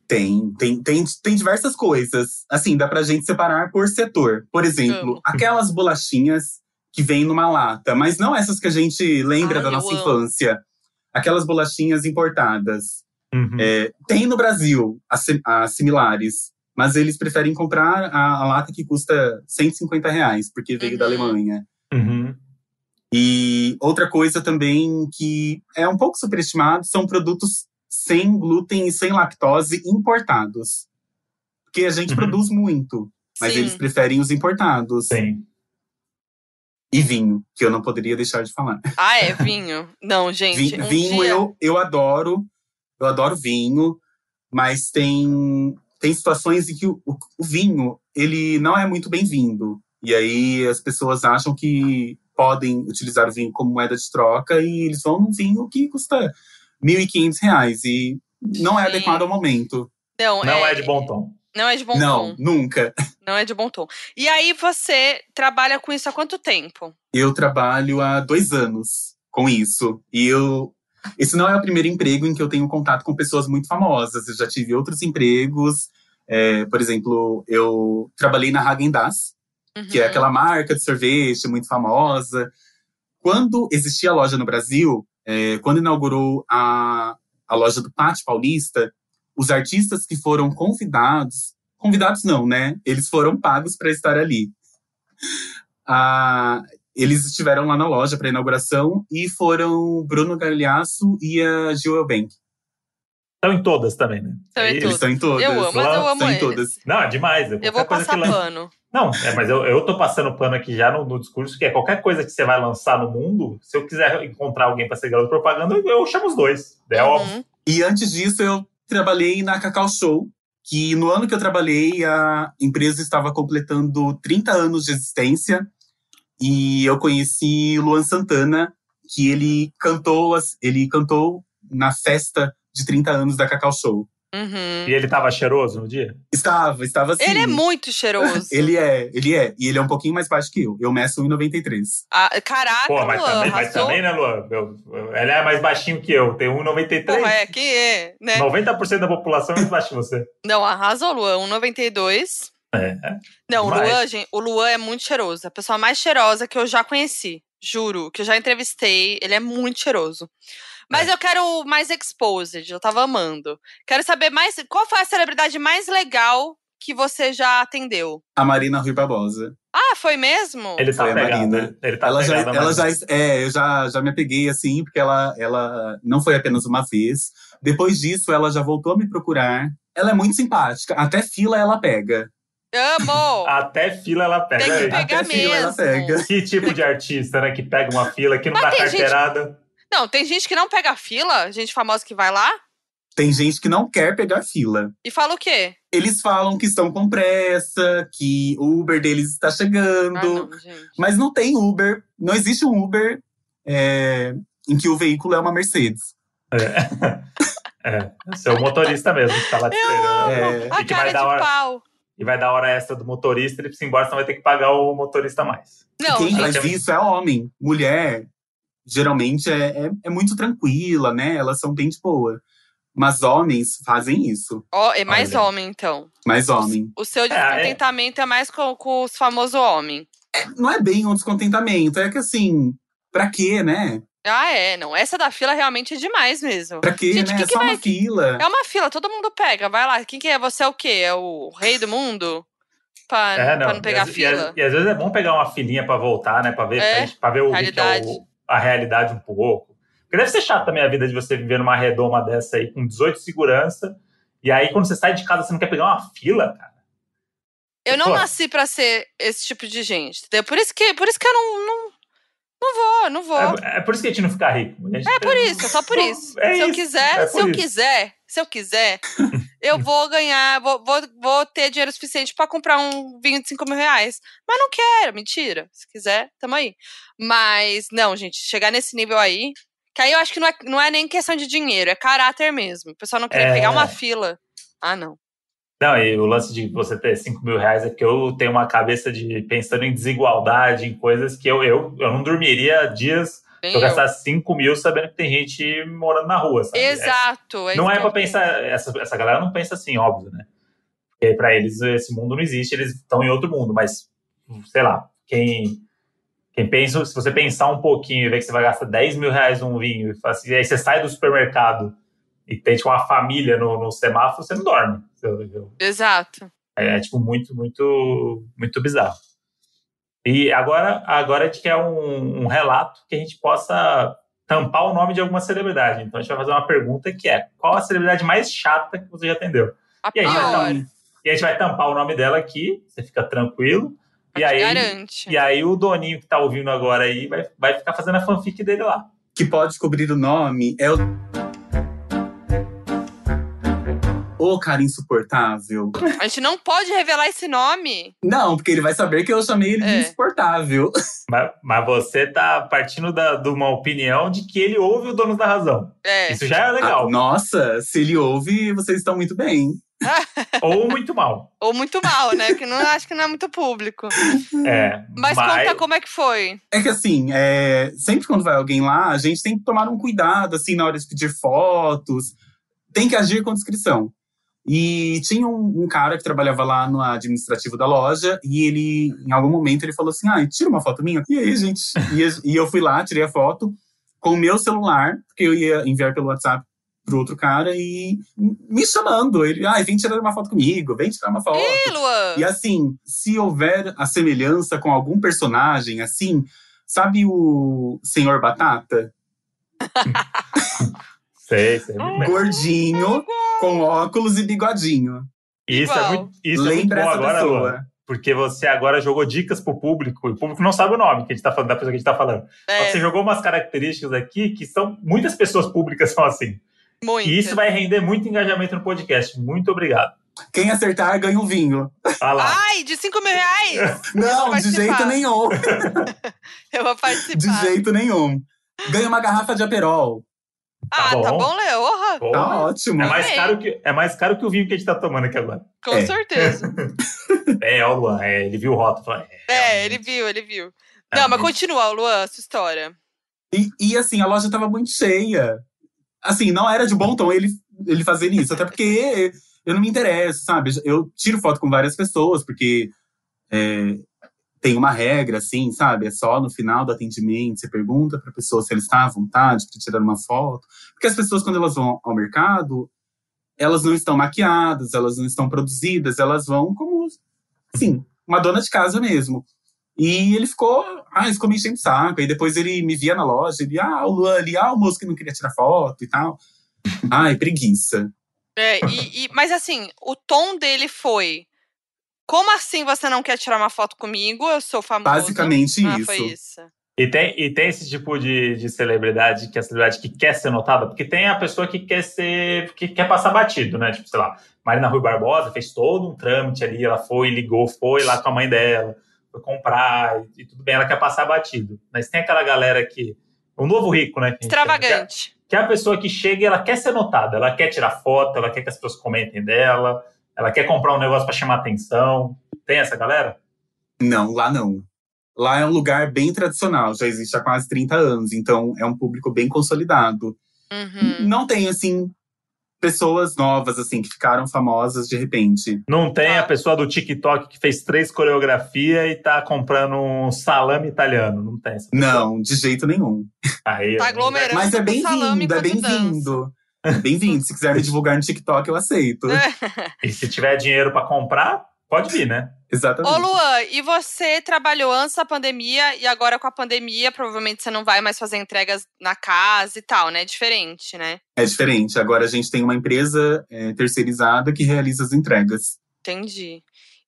Tem diversas coisas. Assim, dá pra gente separar por setor. Por exemplo, aquelas bolachinhas que vêm numa lata, mas não essas que a gente lembra da nossa infância. Aquelas bolachinhas importadas. Uhum. Tem no Brasil as similares, mas eles preferem comprar a lata que custa R$150, porque veio da Alemanha. Uhum. E outra coisa também que é um pouco superestimado são produtos sem glúten e sem lactose importados. Porque a gente produz muito, mas eles preferem os importados. Sim. E vinho, que eu não poderia deixar de falar. Ah, é? Vinho? Não, gente. Vinho eu adoro. Eu adoro vinho, mas tem situações em que o vinho, ele não é muito bem-vindo. E aí as pessoas acham que podem utilizar o vinho como moeda de troca e eles vão num vinho que custa R$1.500 e não é adequado ao momento. Não é de bom tom. Não é de bom tom. Não, nunca. Não é de bom tom. E aí você trabalha com isso há quanto tempo? Eu trabalho há 2 anos com isso. E esse não é o primeiro emprego em que eu tenho contato com pessoas muito famosas. Eu já tive outros empregos. Por exemplo, eu trabalhei na Häagen-Dazs, que é aquela marca de sorvete muito famosa. Quando existia a loja no Brasil, quando inaugurou a loja do Pátio Paulista, os artistas que foram convidados não, né? Eles foram pagos para estar ali. Eles estiveram lá na loja para a inauguração e foram Bruno Galhaço e a Gil Eubank. Estão em todas também, né? Eles estão em todas. Eu amo eles. Em todas. Não, é demais. Eu vou passar pano. Não, mas eu tô passando pano aqui já no discurso, que é qualquer coisa que você vai lançar no mundo, se eu quiser encontrar alguém para ser garoto propaganda, eu chamo os dois. É óbvio. E antes disso, eu trabalhei na Cacau Show, que no ano que eu trabalhei, a empresa estava completando 30 anos de existência. E eu conheci Luan Santana, que ele cantou na festa de 30 anos da Cacau Show. E ele estava cheiroso no dia? Estava sim. Ele é muito cheiroso. Ele é. E ele é um pouquinho mais baixo que eu. Eu meço 1,93. Caraca, pô, mas também, né, Luan? Ele é mais baixinho que eu. Tem 1,93. Porra, quem é, né? 90% da população é mais baixo que você. Não, arrasou, Luan. 1,92. Não, o Luan é muito cheiroso. A pessoa mais cheirosa que eu já conheci. Juro, que eu já entrevistei. Ele é muito cheiroso. Mas eu quero mais exposed, eu tava amando. Quero saber mais, qual foi a celebridade mais legal que você já atendeu? A Marina Rui Barbosa. Ah, foi mesmo? Ele tá pegado, né? Ele tá eu já me apeguei assim, porque ela não foi apenas uma vez. Depois disso, ela já voltou a me procurar. Ela é muito simpática, até fila ela pega. Amo! Até fila ela pega. Tem que pegar até fila ela pega. Que tipo de artista, né? Que pega uma fila, que não dá carteirada. Não, tem gente que não pega fila? Gente famosa que vai lá? Tem gente que não quer pegar fila. E fala o quê? Eles falam que estão com pressa, que o Uber deles está chegando. Não, gente. Mas não tem Uber. Não existe um Uber em que o veículo é uma Mercedes. Seu motorista mesmo que tá lá te esperando. A cara de pau. E vai dar hora extra do motorista, ele precisa ir embora, senão vai ter que pagar o motorista mais. Não, quem faz isso é homem. Mulher, geralmente, é muito tranquila, né? Elas são bem de boa. Mas homens fazem isso. É mais homem, então. Mais homem. O seu descontentamento é mais com os famosos homens. Não é bem um descontentamento. É que assim, pra quê, né? Não. Essa da fila realmente é demais mesmo. Pra quê, gente, né? É só uma fila. É uma fila, todo mundo pega. Vai lá. Quem que é? Você é o quê? É o rei do mundo? Pra não pegar fila? E às vezes é bom pegar uma filinha pra voltar, né? Pra ver a realidade um pouco. Porque deve ser chato também a vida de você viver numa redoma dessa aí, com 18 de segurança. E aí, quando você sai de casa, você não quer pegar uma fila, cara. Eu não nasci pra ser esse tipo de gente, entendeu? Por isso que eu não vou. É por isso que a gente não fica rico. Por isso, é só por isso. Se eu quiser, eu vou ganhar, vou ter dinheiro suficiente pra comprar um vinho de R$5.000. Mas não quero, mentira. Se quiser, tamo aí. Mas, não, gente, chegar nesse nível aí, que aí eu acho que não é nem questão de dinheiro, é caráter mesmo. O pessoal não querer pegar uma fila. Não. Não, e o lance de você ter R$5.000 é que eu tenho uma cabeça de pensando em desigualdade, em coisas que eu não dormiria dias Eu gastar 5 mil sabendo que tem gente morando na rua, sabe? Exato. Não é pra pensar, essa galera não pensa assim, óbvio, né? Porque pra eles esse mundo não existe, eles estão em outro mundo, mas, sei lá, quem pensa, se você pensar um pouquinho e ver que você vai gastar 10 mil reais num vinho, e aí você sai do supermercado e tem tipo uma família no semáforo, você não dorme. Exato. É tipo muito, muito, muito bizarro. E agora a gente quer um relato que a gente possa tampar o nome de alguma celebridade. Então a gente vai fazer uma pergunta que é: qual a celebridade mais chata que você já atendeu? A pior. E a gente vai tampar o nome dela aqui, você fica tranquilo. Garante. E aí o Doninho que tá ouvindo agora aí vai ficar fazendo a fanfic dele lá. Que pode descobrir o nome é o cara insuportável. A gente não pode revelar esse nome. Não, porque ele vai saber que eu chamei ele de insuportável. Mas você tá partindo de uma opinião de que ele ouve o Dono da Razão. Isso já é legal. Nossa, se ele ouve, vocês estão muito bem. Ou muito mal. Ou muito mal, né? Porque acho que não é muito público. Mas conta como é que foi. É que assim, sempre quando vai alguém lá, a gente tem que tomar um cuidado, assim, na hora de pedir fotos. Tem que agir com discrição. E tinha um cara que trabalhava lá no administrativo da loja, e ele, em algum momento, ele falou assim, tira uma foto minha. E aí, gente, e eu fui lá, tirei a foto com o meu celular, porque eu ia enviar pelo WhatsApp pro outro cara, e me chamando. Ele, vem tirar uma foto comigo, vem tirar uma foto. Ih, Luan! E assim, se houver a semelhança com algum personagem, assim, sabe o Senhor Batata? Sei. Gordinho, com óculos e bigodinho. Isso é muito bom agora, Luan. Porque você agora jogou dicas pro público, e o público não sabe o nome que a gente tá falando, da pessoa que a gente tá falando. Você jogou umas características aqui que muitas pessoas públicas são assim. Muito. E isso vai render muito engajamento no podcast. Muito obrigado. Quem acertar ganha um vinho. De 5 mil reais? Não, de jeito nenhum. Eu vou participar. De jeito nenhum. Ganha uma garrafa de Aperol. Tá bom, Leorra. Tá ótimo. É mais caro que o vinho que a gente tá tomando aqui agora. Com certeza. O Luan, ele viu o rótulo. Ele viu. Não, mas continua, Luan, sua história. E assim, a loja tava muito cheia. Assim, não era de bom tom ele fazer isso. Até porque eu não me interesso, sabe? Eu tiro foto com várias pessoas, porque tem uma regra, assim, sabe? É só no final do atendimento, você pergunta pra pessoa se ela está à vontade para tirar uma foto. Porque as pessoas, quando elas vão ao mercado, elas não estão maquiadas, elas não estão produzidas, elas vão como, assim, uma dona de casa mesmo. E ele ficou me enchendo o saco. Aí depois ele me via na loja, ele, o Luan ali, o moço que não queria tirar foto e tal. Preguiça. Mas assim, o tom dele foi: como assim você não quer tirar uma foto comigo? Eu sou famoso. Basicamente isso. Foi isso. E tem esse tipo de celebridade, que é a celebridade que quer ser notada, porque tem a pessoa que quer passar batido, né? Tipo, sei lá, Marina Rui Barbosa fez todo um trâmite ali, ela foi lá com a mãe dela, foi comprar, e tudo bem, ela quer passar batido. Mas tem aquela galera o novo rico, né? Extravagante. Que é a pessoa que chega e ela quer ser notada, ela quer tirar foto, ela quer que as pessoas comentem dela, ela quer comprar um negócio para chamar atenção. Tem essa galera? Não, lá não. Lá é um lugar bem tradicional, já existe há quase 30 anos, então é um público bem consolidado. Uhum. Não tem, assim, pessoas novas, assim, que ficaram famosas de repente. Não tem a pessoa do TikTok que fez 3 coreografias e tá comprando um salame italiano, não tem essa pessoa. Não, de jeito nenhum. Tá aglomerando. Mas é bem-vindo. Bem-vindo. Se quiser me divulgar no TikTok, eu aceito. E se tiver dinheiro pra comprar, pode vir, né? Exatamente. Ô, Luan, e você trabalhou antes da pandemia e agora com a pandemia, provavelmente você não vai mais fazer entregas na casa e tal, né? É diferente, né? É diferente. Agora a gente tem uma empresa terceirizada que realiza as entregas. Entendi.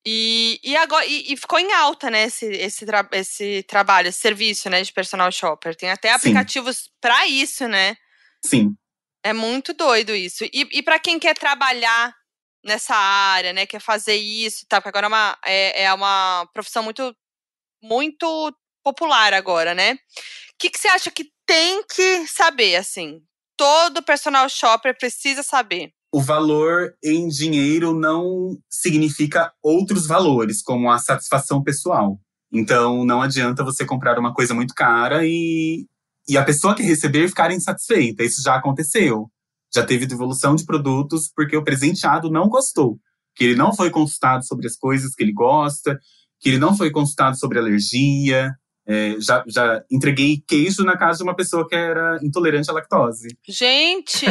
E agora ficou em alta, né, esse trabalho, esse serviço, né, de personal shopper. Tem até aplicativos pra isso, né? Sim. É muito doido isso. E pra quem quer trabalhar nessa área, né, quer fazer isso e tal, porque agora é uma profissão muito, muito popular agora, né? O que você acha que tem que saber, assim? Todo personal shopper precisa saber. O valor em dinheiro não significa outros valores, como a satisfação pessoal. Então, não adianta você comprar uma coisa muito cara e e a pessoa que receber ficar insatisfeita. Isso já aconteceu. Já teve devolução de produtos porque o presenteado não gostou. Que ele não foi consultado sobre as coisas que ele gosta, que ele não foi consultado sobre alergia. Já entreguei queijo na casa de uma pessoa que era intolerante à lactose. Gente!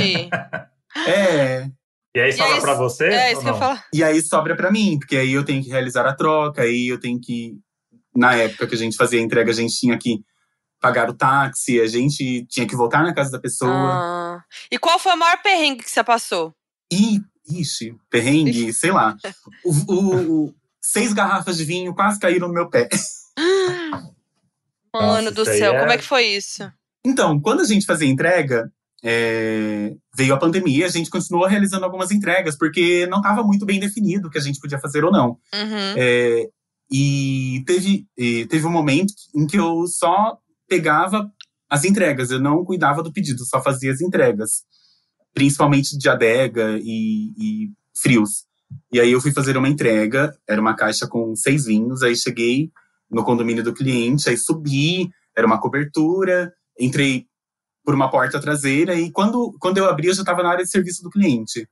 E aí sobra pra você? É isso que eu falo. E aí sobra pra mim, porque aí eu tenho que realizar a troca, aí eu tenho que… Na época que a gente fazia a entrega, a gente tinha que pagar o táxi, a gente tinha que voltar na casa da pessoa. E qual foi o maior perrengue que você passou? Ixi, perrengue, sei lá. 6 garrafas de vinho quase caíram no meu pé. Mano do céu, como é que foi isso? Então, quando a gente fazia entrega, veio a pandemia, a gente continuou realizando algumas entregas, porque não estava muito bem definido o que a gente podia fazer ou não. E teve um momento em que eu só pegava as entregas, eu não cuidava do pedido, só fazia as entregas. Principalmente de adega e frios. E aí eu fui fazer uma entrega, era uma caixa com 6 vinhos, aí cheguei no condomínio do cliente, aí subi, era uma cobertura, entrei por uma porta traseira e quando eu abri, eu já estava na área de serviço do cliente.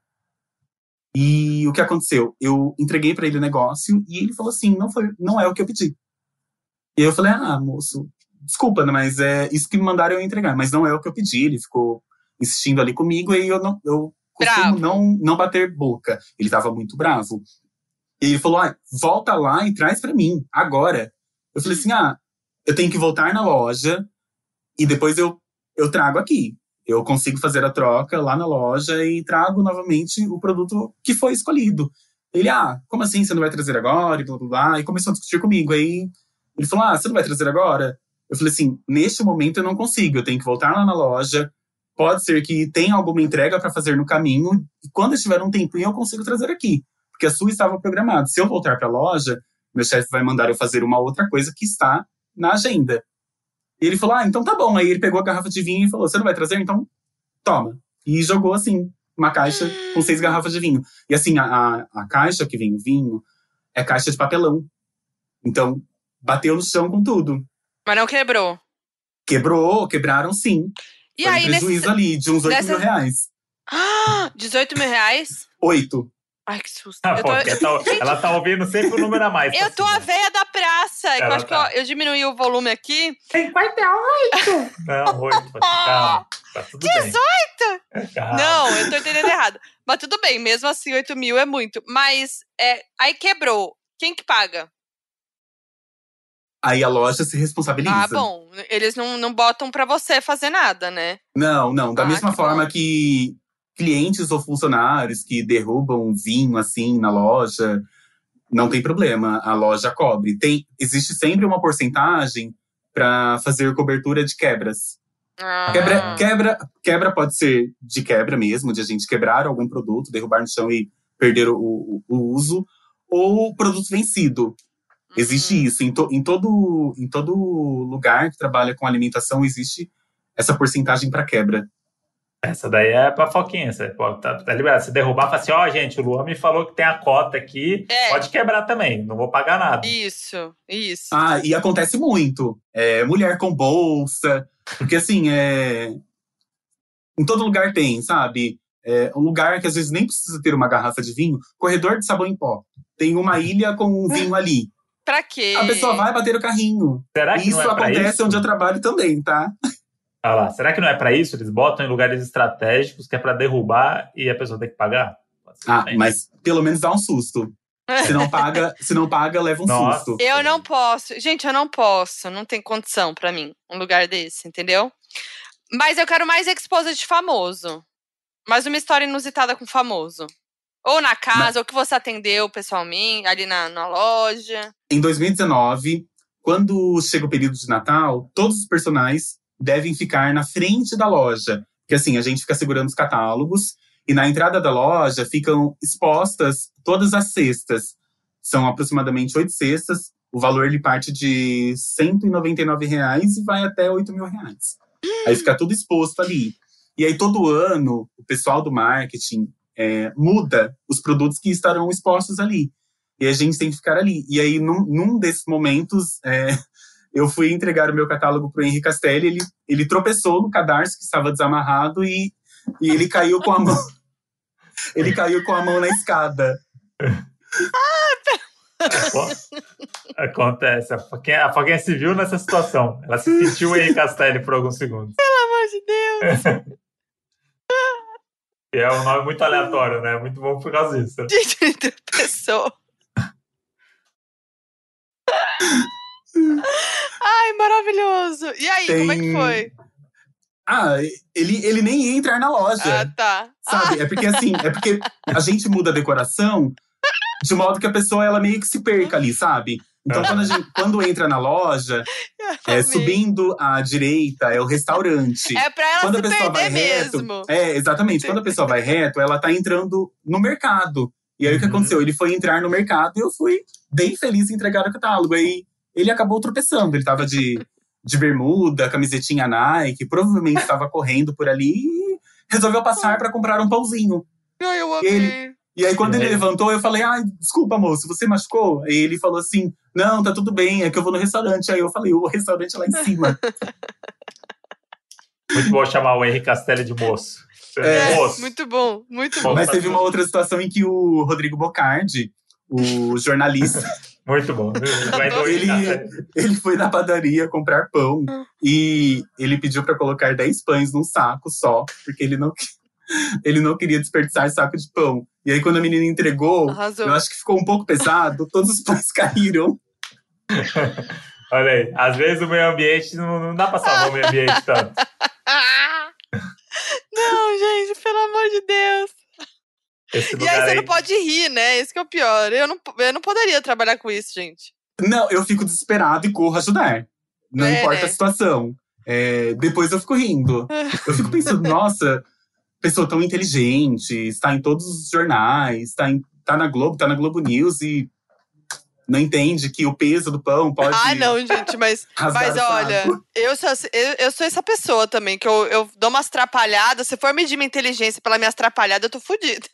E o que aconteceu? Eu entreguei para ele o negócio e ele falou assim, não é o que eu pedi. E eu falei, moço, desculpa, mas é isso que me mandaram eu entregar, mas não é o que eu pedi. Ele ficou insistindo ali comigo e eu costumo não bater boca. Ele estava muito bravo. E ele falou, volta lá e traz para mim, agora. Eu falei assim, eu tenho que voltar na loja e depois eu trago aqui. Eu consigo fazer a troca lá na loja e trago novamente o produto que foi escolhido. Ele, como assim você não vai trazer agora? E blá, blá, blá. E começou a discutir comigo. Aí ele falou, você não vai trazer agora? Eu falei assim, neste momento eu não consigo. Eu tenho que voltar lá na loja. Pode ser que tenha alguma entrega para fazer no caminho. E quando eu tiver um tempinho, eu consigo trazer aqui. Porque a sua estava programada. Se eu voltar para a loja, meu chefe vai mandar eu fazer uma outra coisa que está na agenda. E ele falou, então tá bom. Aí ele pegou a garrafa de vinho e falou, você não vai trazer? Então, toma. E jogou, assim, uma caixa com 6 garrafas de vinho. E assim, a caixa que vem o vinho é caixa de papelão. Então, bateu no chão com tudo. Mas não quebrou? Quebraram sim. E foi aí, um prejuízo ali de uns 8 mil reais. 18 mil reais? 8. Ai, que susto. Ela tá ouvindo sempre o número a mais. Eu tô a véia da praça. Eu acho que eu diminuí o volume aqui. 58! Não, 8. Calma. Tá tudo 18? bem. Calma. Não, eu tô entendendo errado. Mas tudo bem, mesmo assim, 8 mil é muito. Mas aí quebrou. Quem que paga? Aí a loja se responsabiliza. Bom. Eles não botam pra você fazer nada, né? Não. Da mesma forma que clientes ou funcionários que derrubam vinho assim na loja, não tem problema, a loja cobre. Existe sempre uma porcentagem para fazer cobertura de quebras. Quebra pode ser de quebra mesmo, de a gente quebrar algum produto, derrubar no chão e perder o uso, ou produto vencido. Existe isso. Em todo lugar que trabalha com alimentação, existe essa porcentagem para quebra. Essa daí é pra foquinha. Você tá liberado. Se derrubar, fala assim, gente, o Luan me falou que tem a cota aqui, pode quebrar também, não vou pagar nada. Isso. E acontece muito. Mulher com bolsa, porque assim, em todo lugar tem, sabe? Um lugar que às vezes nem precisa ter uma garrafa de vinho, corredor de sabão em pó. Tem uma ilha com um vinho ali. Pra quê? A pessoa vai bater o carrinho. Será que isso não é acontece isso? Onde eu trabalho também, tá? Ah lá, será que não é pra isso? Eles botam em lugares estratégicos que é pra derrubar e a pessoa tem que pagar? Mas pelo menos dá um susto. Se não paga, leva um susto. Eu não posso. Gente, eu não posso. Não tem condição pra mim um lugar desse, entendeu? Mas eu quero mais exposed famoso. Mais uma história inusitada com famoso. Ou na casa, ou que você atendeu pessoalmente, ali na loja. Em 2019, quando chega o período de Natal, todos os personagens devem ficar na frente da loja. Porque assim, a gente fica segurando os catálogos e na entrada da loja ficam expostas todas as cestas. São aproximadamente 8 cestas. O valor ele parte de R$199 e vai até R$8.000. Aí fica tudo exposto ali. E aí todo ano, o pessoal do marketing muda os produtos que estarão expostos ali. E a gente tem que ficar ali. E aí, num desses momentos, eu fui entregar o meu catálogo pro Henri Castelli, ele tropeçou no cadarço que estava desamarrado e ele caiu com a mão. Ele caiu com a mão na escada. Acontece. A Foquinha se viu nessa situação. Ela se sentiu o Henri Castelli por alguns segundos. Pelo amor de Deus! E é um nome muito aleatório, né? Muito bom por causa disso. Gente, ele tropeçou. Ai, maravilhoso! E aí, como é que foi? Ele nem ia entrar na loja. Ah, tá. Sabe? É porque a gente muda a decoração de modo que a pessoa, ela meio que se perca ali, sabe? Então, quando entra na loja, subindo à direita é o restaurante. É pra ela quando se a pessoa perder vai reto, mesmo. Exatamente. Quando a pessoa vai reto, ela tá entrando no mercado. E aí, o que aconteceu? Ele foi entrar no mercado e eu fui bem feliz em entregar o catálogo. Aí, ele acabou tropeçando. Ele tava de bermuda, camisetinha Nike. Provavelmente estava correndo por ali e resolveu passar pra comprar um pãozinho. Ai, eu amei. E aí, quando ele levantou, eu falei, desculpa, moço, você machucou? Aí ele falou assim, não, tá tudo bem, é que eu vou no restaurante. Aí eu falei, o restaurante é lá em cima. Muito bom chamar o Henri Castelli de moço. Moço. Muito bom, muito bom. Mas teve uma outra situação em que o Rodrigo Bocardi, o jornalista… Muito bom. ele foi na padaria comprar pão e ele pediu pra colocar 10 pães num saco só, porque ele não queria desperdiçar saco de pão. E aí, quando a menina entregou, Arrasou. eu acho que ficou um pouco pesado, todos os pães caíram. Olha aí, às vezes o meio ambiente não dá pra salvar o meio ambiente tanto. Não, gente, pelo amor de Deus. E aí você não pode rir, né? Esse que é o pior. Eu não poderia trabalhar com isso, gente. Não, eu fico desesperado e corro ajudar. Não importa a situação. Depois eu fico rindo. Eu fico pensando, nossa… pessoa tão inteligente, está em todos os jornais, tá na Globo News e não entende que o peso do pão pode… não, gente, mas olha, eu sou essa pessoa também, que eu dou umas atrapalhadas. Se for medir minha inteligência pela minha atrapalhada, eu tô fodida.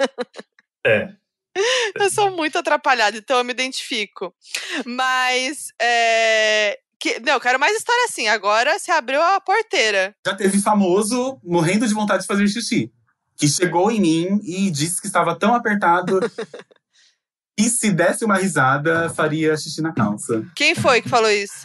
Eu sou muito atrapalhada, então eu me identifico. Mas, eu quero mais história assim. Agora se abriu a porteira. Já teve famoso morrendo de vontade de fazer xixi, que chegou em mim e disse que estava tão apertado e se desse uma risada, faria xixi na calça. Quem foi que falou isso?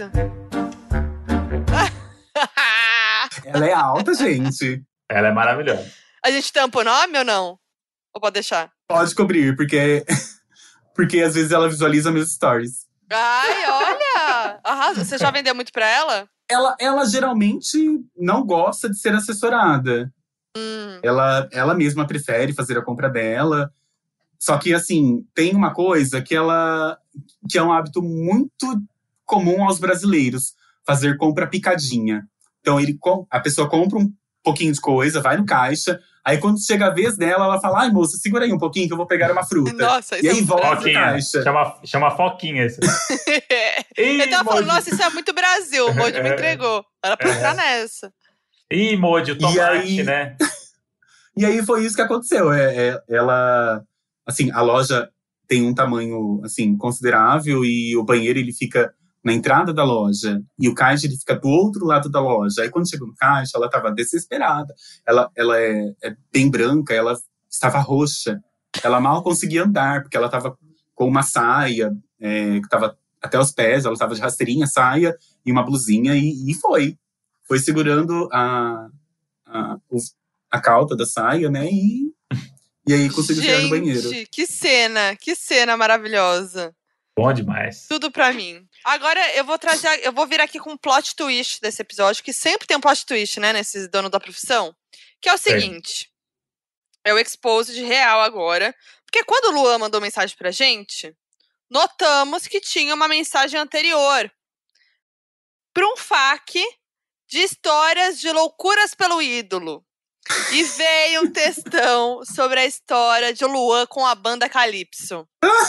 Ela é alta, gente. Ela é maravilhosa. A gente tampa o nome ou não? Ou pode deixar? Pode cobrir, porque às vezes ela visualiza meus stories. Ai, olha! Arrasa. Você já vendeu muito pra ela? Ela geralmente não gosta de ser assessorada. Ela mesma prefere fazer a compra dela. Só que, assim, tem uma coisa que é um hábito muito comum aos brasileiros. Fazer compra picadinha. Então, a pessoa compra um pouquinho de coisa, vai no caixa. Aí, quando chega a vez dela, ela fala, moça, segura aí um pouquinho que eu vou pegar uma fruta. Nossa, isso e aí volta pra caixa. Chama Foquinha isso. Eu tava falando, nossa, isso é muito Brasil. O Moji me entregou. Era pra entrar nessa. Ih, Moji, o tomate, né? E aí foi isso que aconteceu. Ela… Assim, a loja tem um tamanho, assim, considerável e o banheiro, ele fica na entrada da loja e o caixa, ele fica do outro lado da loja. Aí, quando chegou no caixa, ela estava desesperada. Ela é bem branca, ela estava roxa. Ela mal conseguia andar, porque ela estava com uma saia que estava até os pés, ela estava de rasteirinha, saia e uma blusinha e foi segurando a cauda da saia, né, e aí conseguiu tirar no banheiro. Gente, que cena maravilhosa. Bom demais. Tudo pra mim. Agora eu vou vir aqui com um plot twist desse episódio, que sempre tem um plot twist, né, nesses donos da profissão, que é o seguinte, é o expose de real agora, porque quando o Luan mandou mensagem pra gente, notamos que tinha uma mensagem anterior pra um FAQ de histórias de loucuras pelo ídolo. E veio um textão sobre a história de Luan com a banda Calypso.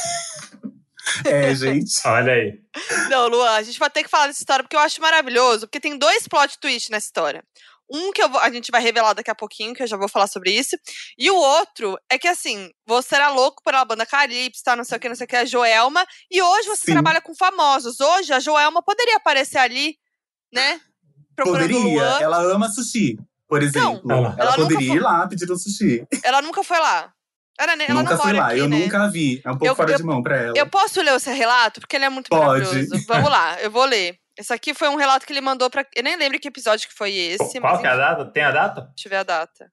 Gente. Olha aí. Não, Luan, a gente vai ter que falar dessa história porque eu acho maravilhoso. Porque tem 2 plot twists nessa história. Um que a gente vai revelar daqui a pouquinho, que eu já vou falar sobre isso. E o outro é que, assim, você era louco pela banda Calypso, tá, não sei o que, a Joelma. E hoje você trabalha com famosos. Hoje a Joelma poderia aparecer ali, né? Procurando Poderia. Luan. Ela ama sushi, por exemplo. Então, ela poderia ir lá pedir um sushi. Ela nunca foi lá. Ela Nunca não foi mora lá, aqui, eu né? nunca a vi. É um pouco fora de mão pra ela. Eu posso ler o seu relato? Porque ele é muito maravilhoso. Vamos lá, eu vou ler. Esse aqui foi um relato que ele mandou pra... Eu nem lembro que episódio que foi esse. Qual que é a data? Tem a data? Deixa eu ver a data.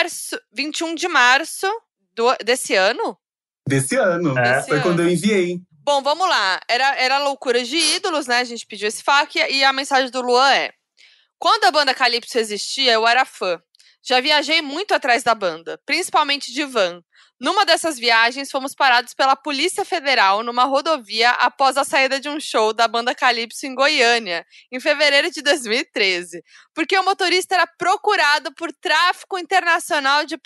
21 de março desse ano? Desse ano. Foi quando eu enviei. Bom, vamos lá. Era Loucura de Ídolos, né? A gente pediu esse FAQ e a mensagem do Luan é: quando a banda Calypso existia, eu era fã. Já viajei muito atrás da banda, principalmente de van. Numa dessas viagens, fomos parados pela Polícia Federal numa rodovia após a saída de um show da banda Calypso em Goiânia, em fevereiro de 2013, porque o motorista era procurado por tráfico internacional de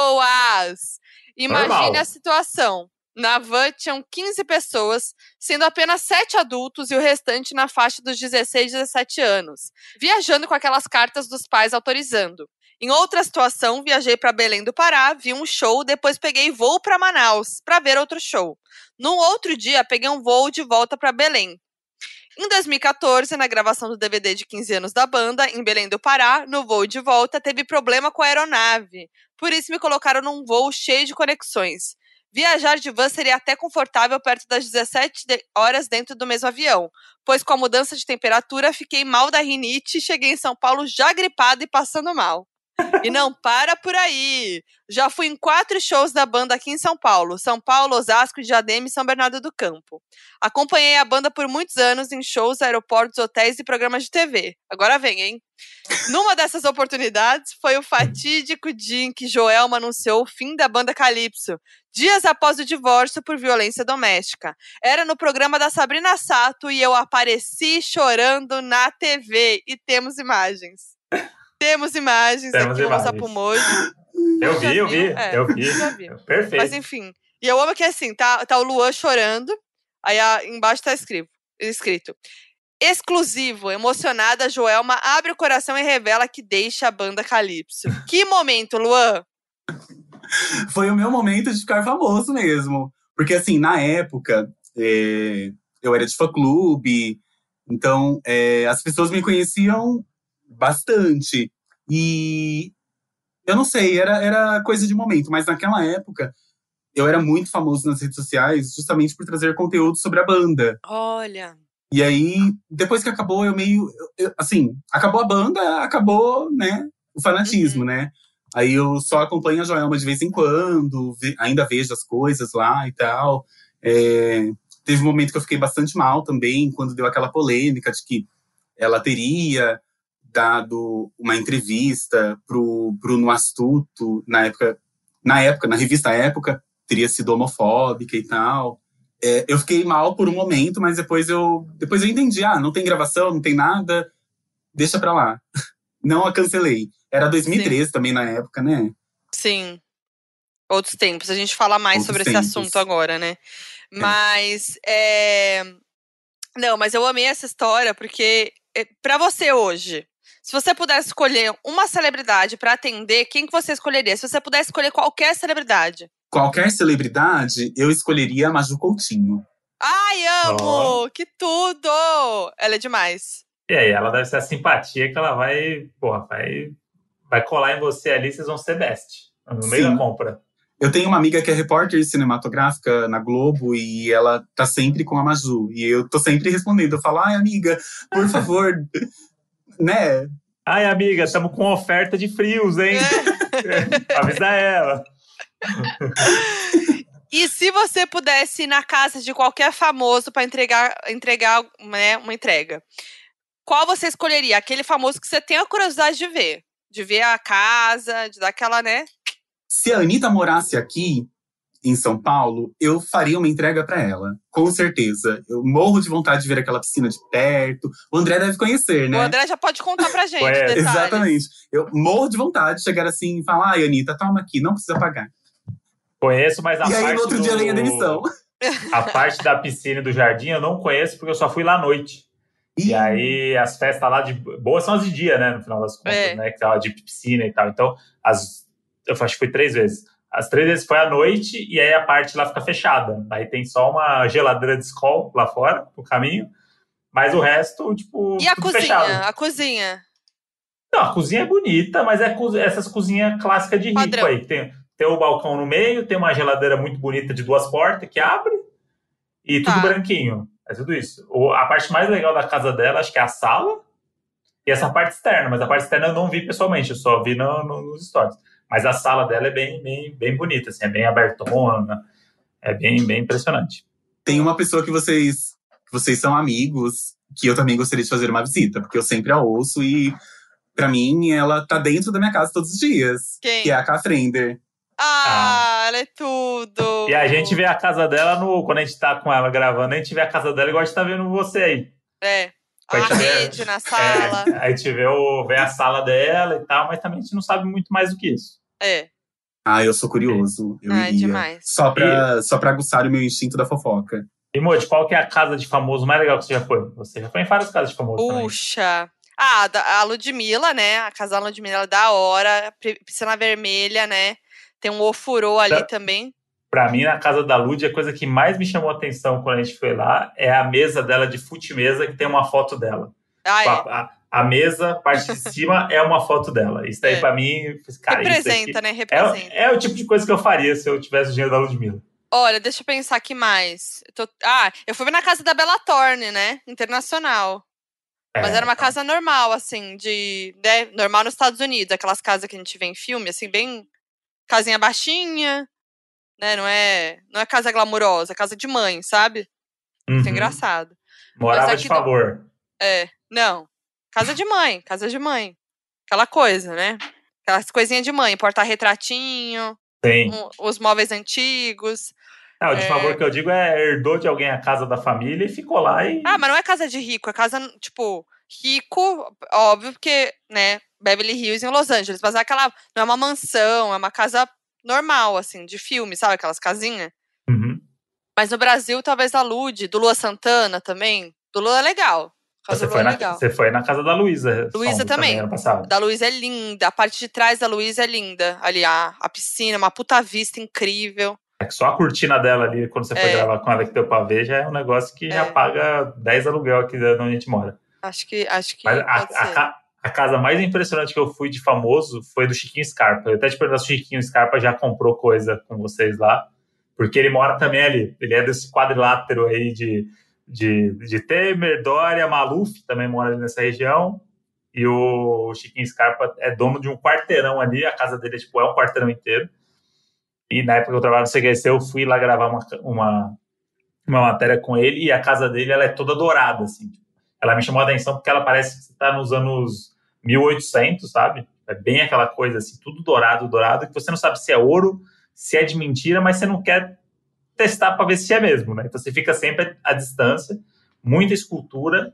pessoas. Imagine a situação. Na van tinham 15 pessoas, sendo apenas 7 adultos e o restante na faixa dos 16 e 17 anos, viajando com aquelas cartas dos pais autorizando. Em outra situação, viajei para Belém do Pará, vi um show, depois peguei voo para Manaus para ver outro show. No outro dia, peguei um voo de volta para Belém. Em 2014, na gravação do DVD de 15 anos da banda, em Belém do Pará, no voo de volta, teve problema com a aeronave. Por isso me colocaram num voo cheio de conexões. Viajar de van seria até confortável perto das 17 horas dentro do mesmo avião, pois com a mudança de temperatura fiquei mal da rinite e cheguei em São Paulo já gripada e passando mal. E não para por aí. Já fui em 4 shows da banda aqui em São Paulo, Osasco, Diadema e São Bernardo do Campo. Acompanhei a banda por muitos anos em shows, aeroportos, hotéis e programas de TV. Agora vem, hein? Numa dessas oportunidades foi o fatídico dia em que Joelma anunciou o fim da banda Calypso, dias após o divórcio por violência doméstica. Era no programa da Sabrina Sato e eu apareci chorando na TV. E temos imagens. Temos imagens aqui, vou mostrar pro Moji. Eu vi. Já vi. Perfeito. Mas enfim, e eu amo que assim, tá o Luan chorando, aí embaixo tá escrito: exclusivo, emocionada, Joelma abre o coração e revela que deixa a banda Calypso. Que momento, Luan? Foi o meu momento de ficar famoso mesmo. Porque assim, na época, eu era de fã-clube, então as pessoas me conheciam bastante. E eu não sei, era coisa de momento, mas naquela época eu era muito famoso nas redes sociais justamente por trazer conteúdo sobre a banda. Olha. E aí, depois que acabou, assim, acabou a banda, acabou, né, o fanatismo, né? Aí eu só acompanho a Joelma de vez em quando, ainda vejo as coisas lá e tal. Teve um momento que eu fiquei bastante mal também, quando deu aquela polêmica de que ela teria dado uma entrevista pro Bruno Astuto, na revista Época, teria sido homofóbica e tal. Eu fiquei mal por um momento, mas depois eu entendi, não tem gravação, não tem nada, deixa pra lá. Não a cancelei. Era 2013 Sim. também na época, né? Sim. Outros tempos. A gente fala mais sobre esse assunto agora, né? Mas, Não, mas eu amei essa história, porque pra você hoje, se você pudesse escolher uma celebridade pra atender, quem que você escolheria? Se você pudesse escolher qualquer celebridade. Qualquer celebridade, eu escolheria a Maju Coutinho. Ai, amo! Oh. Que tudo! Ela é demais. E aí, ela deve ser a simpatia que ela vai colar em você ali, vocês vão ser best. No meio da compra. Eu tenho uma amiga que é repórter cinematográfica na Globo e ela tá sempre com a Maju. E eu tô sempre respondendo. Eu falo, ai, amiga, por favor, né? Ai, amiga, estamos com oferta de frios, hein? Avisa ela. E se você pudesse ir na casa de qualquer famoso para entregar né, uma entrega, qual você escolheria? Aquele famoso que você tem a curiosidade de ver a casa, de dar aquela, né? Se a Anitta morasse aqui em São Paulo, eu faria uma entrega para ela, com certeza. Eu morro de vontade de ver aquela piscina de perto. O André deve conhecer, né? O André já pode contar pra gente detalhes. Exatamente. Eu morro de vontade de chegar assim e falar, ai, Anitta, toma aqui, não precisa pagar. Conheço, mas E aí, no outro dia, vem a demissão. A parte da piscina e do jardim eu não conheço, porque eu só fui lá à noite. E aí, as festas lá de boas são as de dia, né? No final das contas, né? Que tava de piscina e tal. Então, eu acho que foi 3 vezes. As 3 vezes foi à noite e aí a parte lá fica fechada. Aí tem só uma geladeira de Skol lá fora, no caminho. Mas o resto, tipo, E a tudo cozinha? fechado. A cozinha? Não, a cozinha é bonita, mas é essas cozinhas clássicas de rico Padrão. aí. Tem o balcão no meio, tem uma geladeira muito bonita de 2 portas que abre e tudo branquinho. É tudo isso. A parte mais legal da casa dela, acho que é a sala e essa parte externa. Mas a parte externa eu não vi pessoalmente, eu só vi nos stories. Mas a sala dela é bem bonita, assim, é bem abertona, é bem impressionante. Tem uma pessoa que vocês são amigos, que eu também gostaria de fazer uma visita, porque eu sempre a ouço e, pra mim, ela tá dentro da minha casa todos os dias. Quem? Que é a Cafrender. Ela é tudo! E a gente vê a casa dela quando a gente tá com ela gravando, a gente vê a casa dela igual a gente tá vendo você aí. A rede na sala. A gente vê a sala dela e tal, mas também a gente não sabe muito mais do que isso. Eu sou curioso. Eu iria. Demais. Só pra aguçar o meu instinto da fofoca. E, Moody, qual que é a casa de famoso mais legal que você já foi? Você já foi em várias casas de famoso também. Puxa! A Ludmilla, né? A casa da Ludmilla é da hora. Piscina vermelha, né? Tem um ofurô ali também. Pra mim, na casa da Lud, a coisa que mais me chamou a atenção quando a gente foi lá é a mesa dela de fute-mesa, que tem uma foto dela. A mesa, parte de cima, é uma foto dela. Isso daí, pra mim, cara, representa, né? Representa. É o tipo de coisa que eu faria se eu tivesse o dinheiro da Ludmilla. Olha, deixa eu pensar aqui mais. Eu fui na casa da Bella Thorne, né? Internacional. Mas era uma casa normal, assim, né? Normal nos Estados Unidos. Aquelas casas que a gente vê em filme, assim, bem... Casinha baixinha, né? Não é casa glamurosa, é casa de mãe, sabe? Isso é engraçado. Morava de favor. Não. Casa de mãe. Aquela coisa, né? Aquelas coisinhas de mãe. Porta-retratinho. Tem. Os móveis antigos. O de favor que eu digo herdou de alguém a casa da família e ficou lá e... mas não é casa de rico, é casa, tipo, rico, óbvio, porque, né, Beverly Hills em Los Angeles, mas não é uma mansão, é uma casa normal, assim, de filme, sabe, aquelas casinhas. Mas no Brasil, talvez a Lud, do Lua Santana também, do Lua é legal. Você foi na casa da Luísa. Luísa também. Ano passado. Da Luísa é linda, a parte de trás da Luísa é linda, ali, a piscina, uma puta vista incrível. É que só a cortina dela ali, quando você foi gravar com ela, que deu pra ver, já é um negócio que já paga 10 aluguel aqui onde a gente mora. Acho que mas a casa mais impressionante que eu fui de famoso foi do Chiquinho Scarpa. Eu até te pergunto se o Chiquinho Scarpa já comprou coisa com vocês lá, porque ele mora também ali. Ele é desse quadrilátero aí de Temer, Dória, Maluf, também mora ali nessa região. E o Chiquinho Scarpa é dono de um quarteirão ali. A casa dele é um quarteirão inteiro. E na época que eu trabalhava no CQC, eu fui lá gravar uma matéria com ele, e a casa dele ela é toda dourada, assim. Ela me chamou a atenção porque ela parece que você tá nos anos 1800, sabe? É bem aquela coisa, assim, tudo dourado, que você não sabe se é ouro, se é de mentira, mas você não quer testar para ver se é mesmo, né? Então você fica sempre à distância, muita escultura,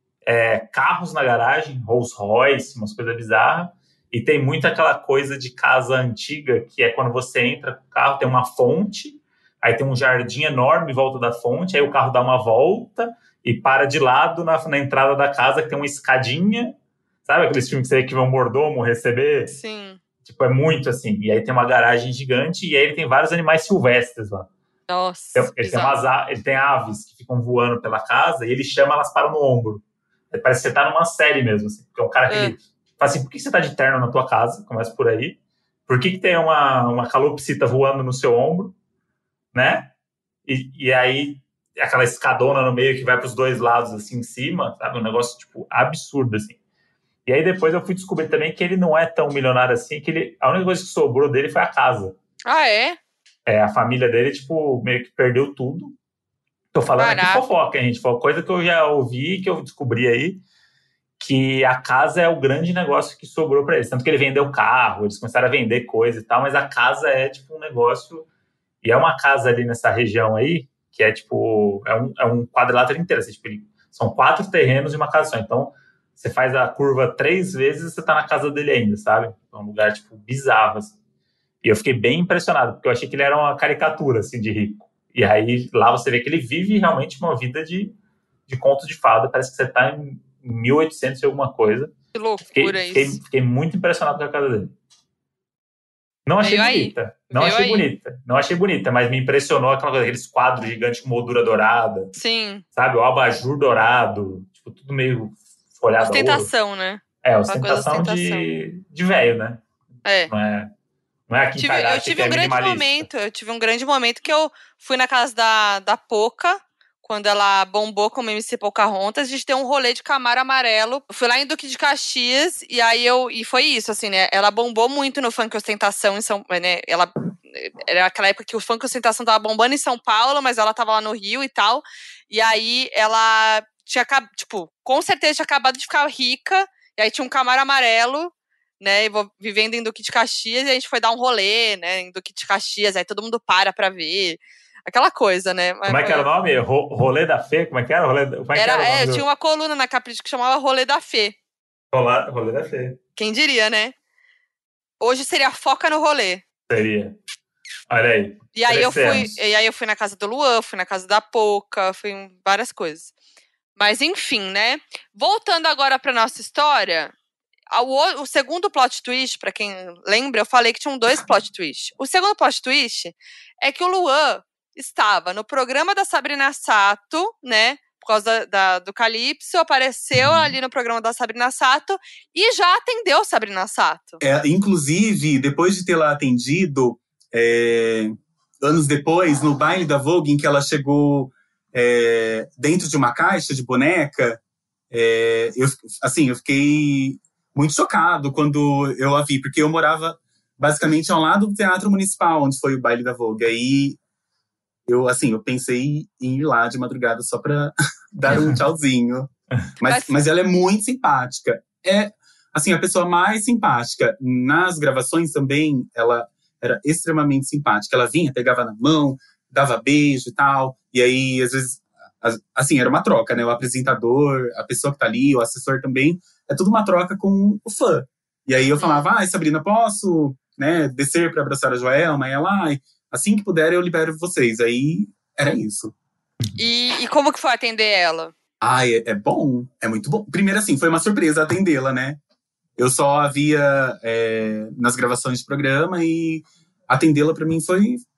carros na garagem, Rolls Royce, umas coisas bizarras. E tem muito aquela coisa de casa antiga, que é quando você entra com o carro, tem uma fonte, aí tem um jardim enorme em volta da fonte, aí o carro dá uma volta e para de lado na entrada da casa, que tem uma escadinha. Sabe aqueles filmes que você vê que vão mordomo receber? Sim. Tipo, é muito assim. E aí tem uma garagem gigante e aí ele tem vários animais silvestres lá. Nossa, então, ele tem aves que ficam voando pela casa e ele chama, elas param no ombro. Parece que você tá numa série mesmo, assim. Porque é um cara que ele fala assim, por que você tá de terno na tua casa? Começa por aí. Por que tem uma calopsita voando no seu ombro? Né? E aí, aquela escadona no meio que vai pros dois lados, assim, em cima, sabe? Um negócio, tipo, absurdo, assim. E aí, depois eu fui descobrir também que ele não é tão milionário assim, que a única coisa que sobrou dele foi a casa. Ah, é? A família dele, tipo, meio que perdeu tudo. Tô falando aqui fofoca, hein, gente? Foi uma coisa que eu já ouvi, que eu descobri aí, que a casa é o grande negócio que sobrou para eles. Tanto que ele vendeu carro, eles começaram a vender coisa e tal, mas a casa é, tipo, um negócio... E é uma casa ali nessa região aí, que é, tipo... É um quadrilátero inteiro. Assim, tipo, são 4 terrenos e uma casa só. Então, você faz a curva 3 vezes e você tá na casa dele ainda, sabe? É um lugar, tipo, bizarro, assim. E eu fiquei bem impressionado, porque eu achei que ele era uma caricatura, assim, de rico. E aí, lá você vê que ele vive realmente uma vida de de contos de fada. Parece que você tá em 1800 e alguma coisa. Que loucura isso. Fiquei muito impressionado com a casa dele. Não achei bonita. Não achei bonita, mas me impressionou aqueles quadros gigantes com moldura dourada. Sim. Sabe? O abajur dourado. Tipo, tudo meio folhado. Ostentação, né? Ostentação de velho, né? Não é a Kim Kardashian, eu tive um grande momento que eu fui na casa da Poca, quando ela bombou como MC Pocahontas. A gente deu um rolê de Camaro amarelo. Eu fui lá em Duque de Caxias, e foi isso, assim, né? Ela bombou muito no funk ostentação em São Paulo, né? Era aquela época que o funk ostentação tava bombando em São Paulo, mas ela tava lá no Rio e tal. E aí ela tinha, tipo, com certeza tinha acabado de ficar rica. E aí tinha um Camaro amarelo, né, vivendo em Duque de Caxias, e a gente foi dar um rolê, né, em Duque de Caxias, aí todo mundo pra ver, aquela coisa, né. Como é que era o nome? Rolê da Fê? Como é que era? Eu tinha uma coluna na Capricho que chamava Rolê da Fê. Rolê da Fê. Quem diria, né? Hoje seria Foca no Rolê. Seria. Olha aí. E aí eu fui na casa do Luan, fui na casa da Poca, fui em várias coisas. Mas enfim, né? Voltando agora pra nossa história, o segundo plot twist, pra quem lembra, eu falei que tinham 2 plot twists. O segundo plot twist é que o Luan estava no programa da Sabrina Sato, né? Por causa do Calypso, apareceu ali no programa da Sabrina Sato e já atendeu Sabrina Sato. Inclusive, depois de ter lá atendido, anos depois, no baile da Vogue, em que ela chegou dentro de uma caixa de boneca, eu fiquei muito chocado quando eu a vi, porque eu morava basicamente ao lado do Teatro Municipal, onde foi o baile da Vogue. Aí eu pensei em ir lá de madrugada só pra dar um tchauzinho. Mas ela é muito simpática. É, assim, a pessoa mais simpática. Nas gravações também, ela era extremamente simpática. Ela vinha, pegava na mão, dava beijo e tal. E aí, às vezes, assim, era uma troca, né? O apresentador, a pessoa que tá ali, o assessor também, é tudo uma troca com o fã. E aí eu falava, Sabrina, posso, né, descer pra abraçar a Joelma? E ela, assim que puder, eu libero vocês. Aí, era isso. E como que foi atender ela? É bom, é muito bom. Primeiro, assim, foi uma surpresa atendê-la, né? Eu só a via nas gravações de programa e atendê-la pra mim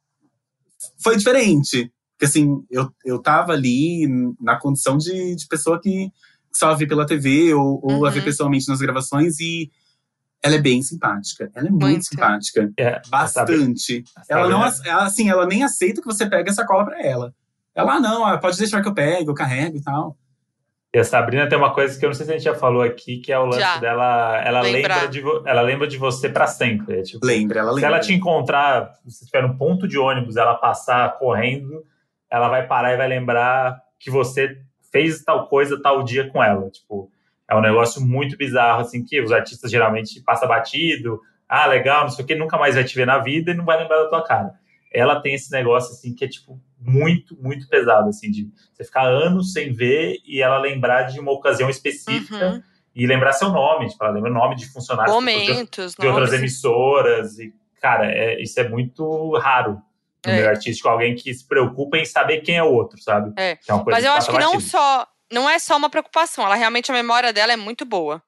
foi diferente. Porque, assim, eu tava ali na condição de pessoa que só a vê pela TV ou a vê pessoalmente nas gravações, e ela é bem simpática. Ela é muito simpática. Bastante. Ela não, assim, ela nem aceita que você pegue a sacola pra ela. Ela, não, pode deixar que eu pego, eu carrego e tal. E a Sabrina tem uma coisa que eu não sei se a gente já falou aqui, que é o lance dela. Ela lembra de você pra sempre. Tipo, ela lembra. Se ela te encontrar, se estiver no ponto de ônibus, ela passar correndo, ela vai parar e vai lembrar que você fez tal coisa tal dia com ela. Tipo, é um negócio muito bizarro, assim, que os artistas geralmente passam batido. Legal, não sei o que, nunca mais vai te ver na vida e não vai lembrar da tua cara. Ela tem esse negócio, assim, que é, tipo, muito, muito pesado, assim, de você ficar anos sem ver e ela lembrar de uma ocasião específica e lembrar seu nome. Tipo, ela lembra o nome de funcionários de outras emissoras. E, cara, isso é muito raro no meio artístico. Alguém que se preocupa em saber quem é o outro, sabe? Que é uma coisa. Mas eu acho que não é só uma preocupação. Ela realmente, a memória dela é muito boa.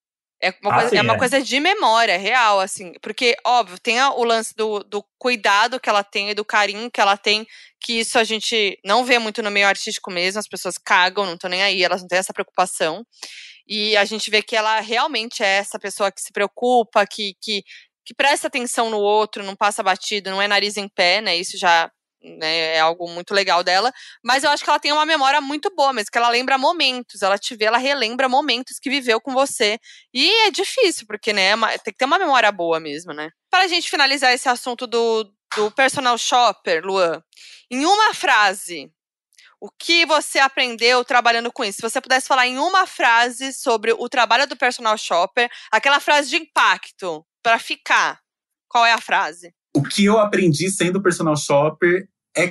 É uma coisa de memória, real, assim. Porque, óbvio, tem o lance do cuidado que ela tem e do carinho que ela tem, que isso a gente não vê muito no meio artístico mesmo. As pessoas cagam, não estão nem aí, elas não têm essa preocupação. E a gente vê que ela realmente é essa pessoa que se preocupa, que presta atenção no outro, não passa batido, não é nariz em pé, né? Isso já, né, é algo muito legal dela. Mas eu acho que ela tem uma memória muito boa mesmo, que ela lembra momentos. Ela te vê, ela relembra momentos que viveu com você. E é difícil, porque, né, tem que ter uma memória boa mesmo, né? Para a gente finalizar esse assunto do personal shopper, Luan, em uma frase, o que você aprendeu trabalhando com isso? Se você pudesse falar em uma frase sobre o trabalho do personal shopper, aquela frase de impacto, para ficar, qual é a frase? O que eu aprendi sendo personal shopper é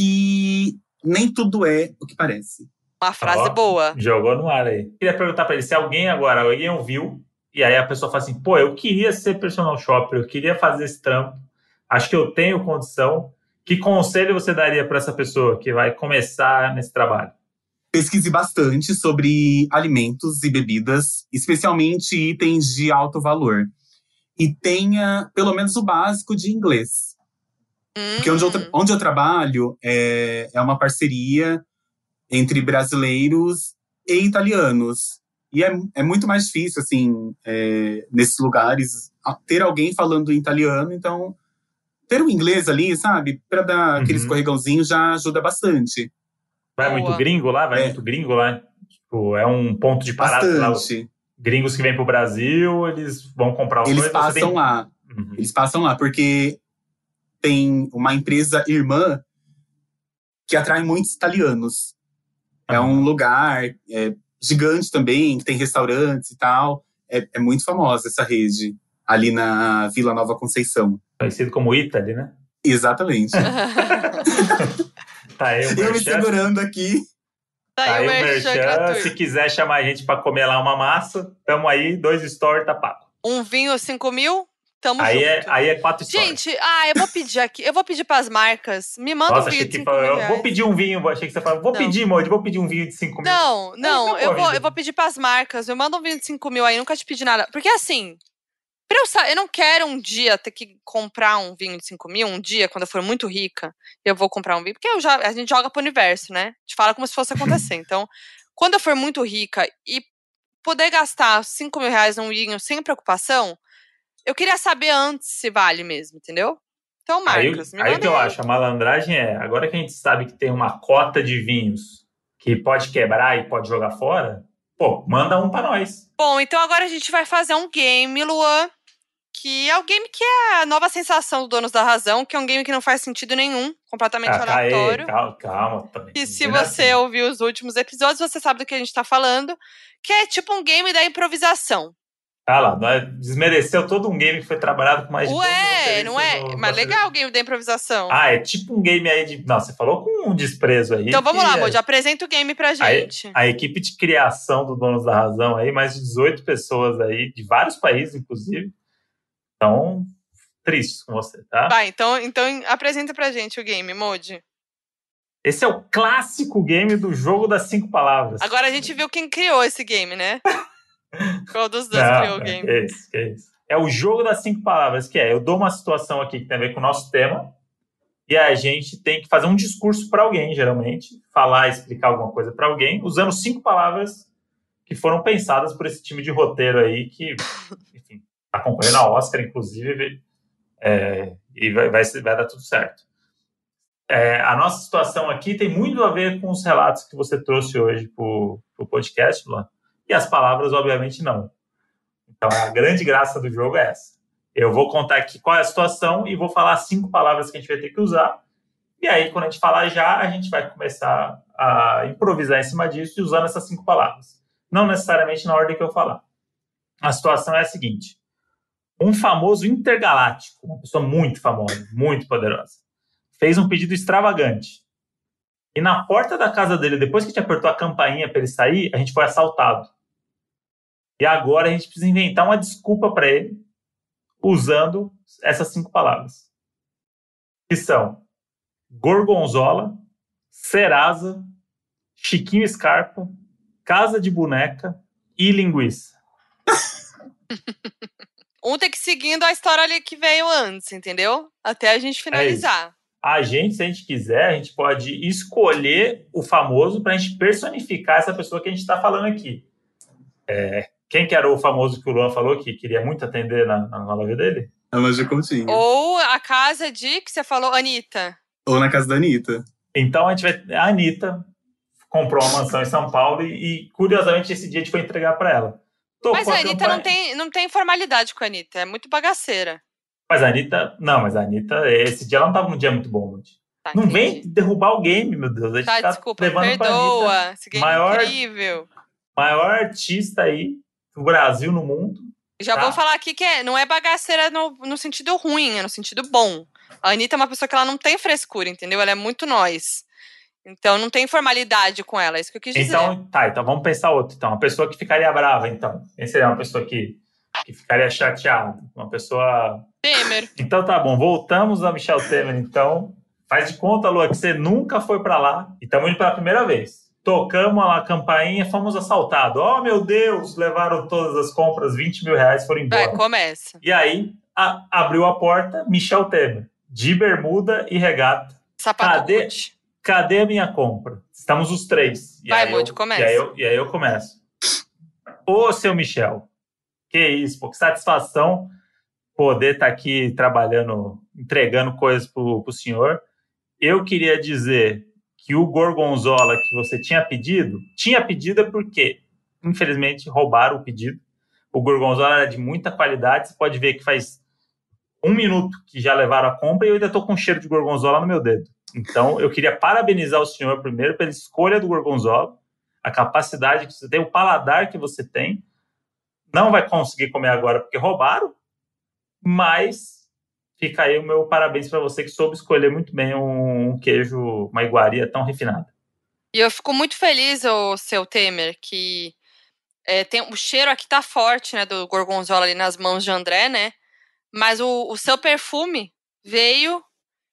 que nem tudo é o que parece. Uma frase boa. Jogou no ar aí. Queria perguntar pra ele se alguém ouviu, e aí a pessoa fala assim, eu queria ser personal shopper, eu queria fazer esse trampo, acho que eu tenho condição. Que conselho você daria para essa pessoa que vai começar nesse trabalho? pesquise bastante sobre alimentos e bebidas, especialmente itens de alto valor. E tenha pelo menos o básico de inglês. Porque onde eu trabalho é uma parceria entre brasileiros e italianos. E é muito mais difícil, assim, nesses lugares, ter alguém falando italiano. Então, ter o inglês ali, sabe? Para dar aquele escorregãozinho já ajuda bastante. Vai muito gringo lá? Vai muito gringo lá? Tipo, é um ponto de parada lá. Bastante. Gringos que vêm pro Brasil, eles vão comprar uma coisa. Eles passam lá. Eles passam lá, porque tem uma empresa irmã que atrai muitos italianos. É um lugar gigante também, que tem restaurantes e tal. É muito famosa essa rede, ali na Vila Nova Conceição. Conhecido como Italy, né? Exatamente. Tá aí o Eu me segurando aqui. Tá aí o merchan. Se quiser chamar a gente pra comer lá uma massa, tamo aí, 2 stories, tá pago. Um vinho 5.000, tamo aí junto. Aí é 4 stories. Gente, eu vou pedir aqui, eu vou pedir pras marcas, me manda um vinho de 5.000 reais. Eu vou pedir um vinho, achei que você falava, vou pedir um vinho de 5.000. Não, eu vou pedir pras marcas, me manda um vinho de 5.000 aí, nunca te pedi nada. Porque assim, eu não quero um dia ter que comprar um vinho de 5.000, um dia, quando eu for muito rica, eu vou comprar um vinho, porque a gente joga pro universo, né? A gente fala como se fosse acontecer. Então, quando eu for muito rica e poder gastar 5.000 reais num vinho sem preocupação, eu queria saber antes se vale mesmo, entendeu? Então, marcas, me aí o que eu acho, a malandragem agora que a gente sabe que tem uma cota de vinhos que pode quebrar e pode jogar fora, pô, manda um pra nós. Bom, então agora a gente vai fazer um game, Luan, que é o game que é a nova sensação do Donos da Razão, que é um game que não faz sentido nenhum, completamente aleatório. Calma. Também. E se você ouvir os últimos episódios, você sabe do que a gente tá falando, que é tipo um game da improvisação. Lá, desmereceu todo um game que foi trabalhado com mais de 12 roteiristas. Não é? Mas legal o game da improvisação. É tipo um game aí de... Não, você falou com um desprezo aí. Então vamos lá, Moji, apresenta o game pra gente. A equipe de criação do Donos da Razão aí, mais de 18 pessoas aí, de vários países, inclusive. Então, triste com você, tá? Vai, então apresenta pra gente o game, Moji. Esse é o clássico game do jogo das 5 palavras. Agora a gente viu quem criou esse game, né? Qual dos dois criou o game? Que isso. É o jogo das 5 palavras, que eu dou uma situação aqui que tem a ver com o nosso tema e a gente tem que fazer um discurso para alguém, geralmente, falar, explicar alguma coisa para alguém, usando 5 palavras que foram pensadas por esse time de roteiro aí que, enfim, tá concorrendo ao Oscar, inclusive, e vai dar tudo certo. A nossa situação aqui tem muito a ver com os relatos que você trouxe hoje pro podcast, Luan. E as palavras, obviamente, não. Então, a grande graça do jogo é essa. Eu vou contar aqui qual é a situação e vou falar 5 palavras que a gente vai ter que usar. E aí, quando a gente falar já, a gente vai começar a improvisar em cima disso e usando essas 5 palavras. Não necessariamente na ordem que eu falar. A situação é a seguinte. Um famoso intergaláctico, uma pessoa muito famosa, muito poderosa, fez um pedido extravagante. E na porta da casa dele, depois que a gente apertou a campainha para ele sair, a gente foi assaltado. E agora a gente precisa inventar uma desculpa para ele usando essas 5 palavras. Que são gorgonzola, Serasa, Chiquinho Scarpa, Casa de Boneca e linguiça. Um tem que ir seguindo a história ali que veio antes, entendeu? Até a gente finalizar. A gente, se a gente quiser, a gente pode escolher o famoso para a gente personificar essa pessoa que a gente está falando aqui. Quem que era o famoso que o Luan falou que queria muito atender na live dele? A Maju Coutinho. Ou a casa que você falou, Anitta. Ou na casa da Anitta. Então, a Anitta comprou uma mansão em São Paulo e curiosamente, esse dia a gente foi entregar para ela. Mas a Anitta não tem formalidade com a Anitta, é muito bagaceira. Mas a Anitta, esse dia ela não estava num dia muito bom. Não vem derrubar o game, meu Deus. A gente desculpa, perdoa. Esse game é incrível. Maior artista aí do Brasil, no mundo. Já vou falar aqui que não é bagaceira no sentido ruim, é no sentido bom. A Anitta é uma pessoa que ela não tem frescura, entendeu? Ela é muito nós. Então não tem formalidade com ela, é isso que eu quis dizer. Então vamos pensar outro. Então, uma pessoa que ficaria brava, então. Quem seria uma pessoa que ficaria chateada? Uma pessoa... Temer. Então tá bom, voltamos a Michel Temer, então. Faz de conta, Lua, que você nunca foi pra lá e estamos indo pela primeira vez. tocamos a campainha, fomos assaltados. Oh, meu Deus, levaram todas as compras, 20 mil reais, foram embora. Vai, começa. E aí, abriu a porta, Michel Temer, de bermuda e regata. Sapato Gucci. Cadê a minha compra? Estamos os três. Vai, Moody, começa. E aí eu começo. Ô, seu Michel, que isso, pô, que satisfação poder estar aqui trabalhando, entregando coisas pro senhor. Eu queria dizer que o gorgonzola que você tinha pedido é porque, infelizmente, roubaram o pedido. O gorgonzola era de muita qualidade, você pode ver que faz 1 minuto que já levaram a compra e eu ainda estou com cheiro de gorgonzola no meu dedo. Então, eu queria parabenizar o senhor primeiro pela escolha do gorgonzola, a capacidade que você tem, o paladar que você tem. Não vai conseguir comer agora porque roubaram, mas fica aí o meu parabéns para você que soube escolher muito bem um queijo, uma iguaria tão refinada. E eu fico muito feliz, seu Temer, que o cheiro aqui tá forte, né, do gorgonzola ali nas mãos de André, né? Mas o seu perfume veio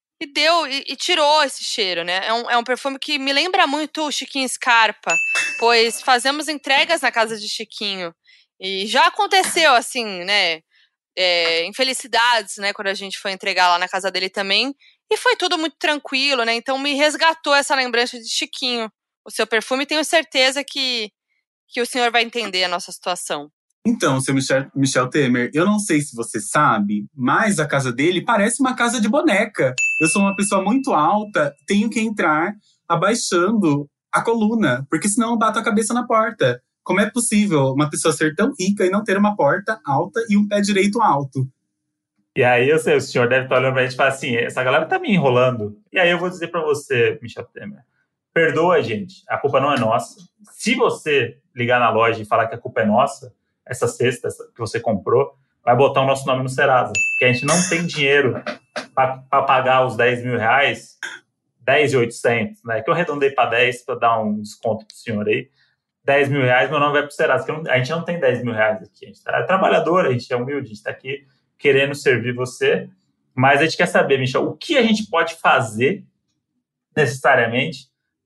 e tirou esse cheiro, né? É um perfume que me lembra muito o Chiquinho Scarpa, pois fazemos entregas na casa de Chiquinho. E já aconteceu, assim, né? Infelicidades, né? Quando a gente foi entregar lá na casa dele também. E foi tudo muito tranquilo, né? Então me resgatou essa lembrança de Chiquinho. O seu perfume, tenho certeza que o senhor vai entender a nossa situação. Então, seu Michel Temer, eu não sei se você sabe, mas a casa dele parece uma casa de boneca. Eu sou uma pessoa muito alta, tenho que entrar abaixando a coluna, porque senão eu bato a cabeça na porta. Como é possível uma pessoa ser tão rica e não ter uma porta alta e um pé direito alto? E aí, eu sei, o senhor deve estar olhando pra gente e falar assim, essa galera tá me enrolando. E aí eu vou dizer pra você, Michel Temer, perdoa a gente, a culpa não é nossa. Se você ligar na loja e falar que a culpa é nossa, essa cesta que você comprou, vai botar o nosso nome no Serasa. Porque a gente não tem dinheiro para pagar os 10 mil reais, 10.800, né? Que eu arredondei para 10 para dar um desconto pro senhor aí. 10 mil reais, meu nome vai pro Serasa. A gente não tem 10 mil reais aqui. A gente é trabalhador, a gente é humilde, a gente está aqui querendo servir você. Mas a gente quer saber, Michel, o que a gente pode fazer necessariamente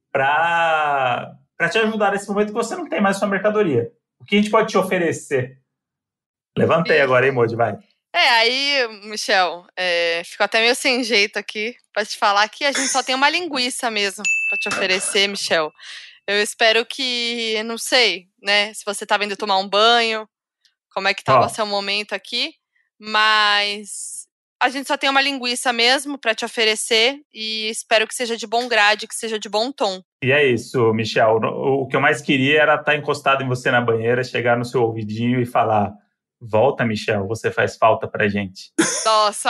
para te ajudar nesse momento que você não tem mais sua mercadoria. O que a gente pode te oferecer? Levantei agora, hein, Moody, vai. Aí, Michel, fico até meio sem jeito aqui para te falar que a gente só tem uma linguiça mesmo para te oferecer, Michel. Eu espero que, não sei, né, se você tá vindo tomar um banho, como é que tá o seu momento aqui, mas a gente só tem uma linguiça mesmo para te oferecer e espero que seja de bom grade, que seja de bom tom. E é isso, Michel. O que eu mais queria era estar encostado em você na banheira, chegar no seu ouvidinho e falar: volta, Michel, você faz falta pra gente. Nossa!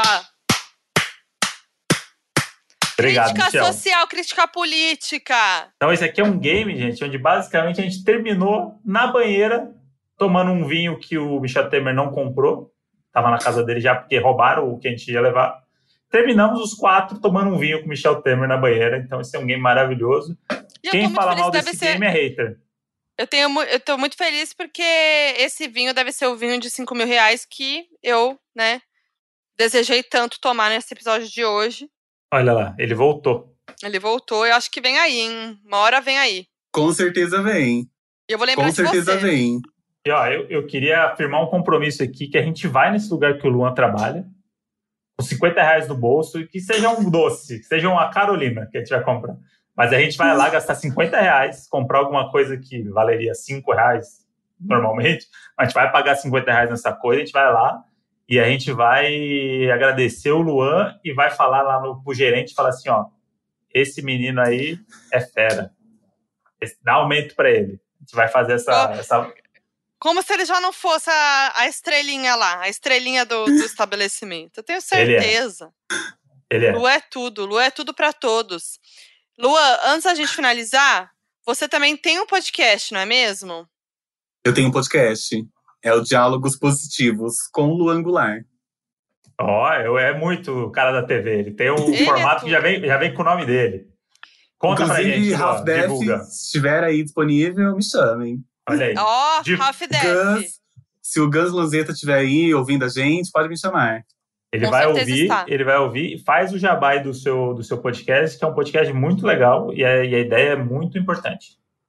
Obrigado, crítica Michel. Social, crítica política. Então esse aqui é um game, gente, onde basicamente a gente terminou na banheira tomando um vinho que o Michel Temer não comprou. Estava na casa dele já porque roubaram o que a gente ia levar. Terminamos os 4 tomando um vinho com o Michel Temer na banheira. Então esse é um game maravilhoso. Quem fala mal desse game é hater. Eu tô muito feliz porque esse vinho deve ser o vinho de 5 mil reais que eu, né, desejei tanto tomar nesse episódio de hoje. Olha lá, ele voltou. Ele voltou, eu acho que vem aí, hein? Uma hora vem aí. Com certeza vem. E eu vou lembrar de você. Com certeza vem. E ó, eu queria afirmar um compromisso aqui, que a gente vai nesse lugar que o Luan trabalha, com 50 reais no bolso, e que seja um doce, que seja uma Carolina que a gente vai comprar. Mas a gente vai lá gastar 50 reais, comprar alguma coisa que valeria 5 reais normalmente, a gente vai pagar 50 reais nessa coisa, a gente vai lá e a gente vai agradecer o Luan e vai falar lá pro gerente, falar assim, ó, esse menino aí é fera. Dá aumento para ele. A gente vai fazer essa... Como se ele já não fosse a estrelinha lá, a estrelinha do estabelecimento. Eu tenho certeza. Ele é. Lu é tudo para todos. Luan, antes da gente finalizar, você também tem um podcast, não é mesmo? Eu tenho um podcast. É o Diálogos Positivos, com o Luan Goulart. É muito cara da TV. Ele tem um formato que já vem com o nome dele. Conta inclusive, pra gente, Half Def, se estiver aí disponível, me chamem. Olha aí. Half Def. Se o Gus Lanzetta estiver aí ouvindo a gente, pode me chamar. Ele vai ouvir e faz o jabá do seu podcast, que é um podcast muito legal e a ideia é muito importante.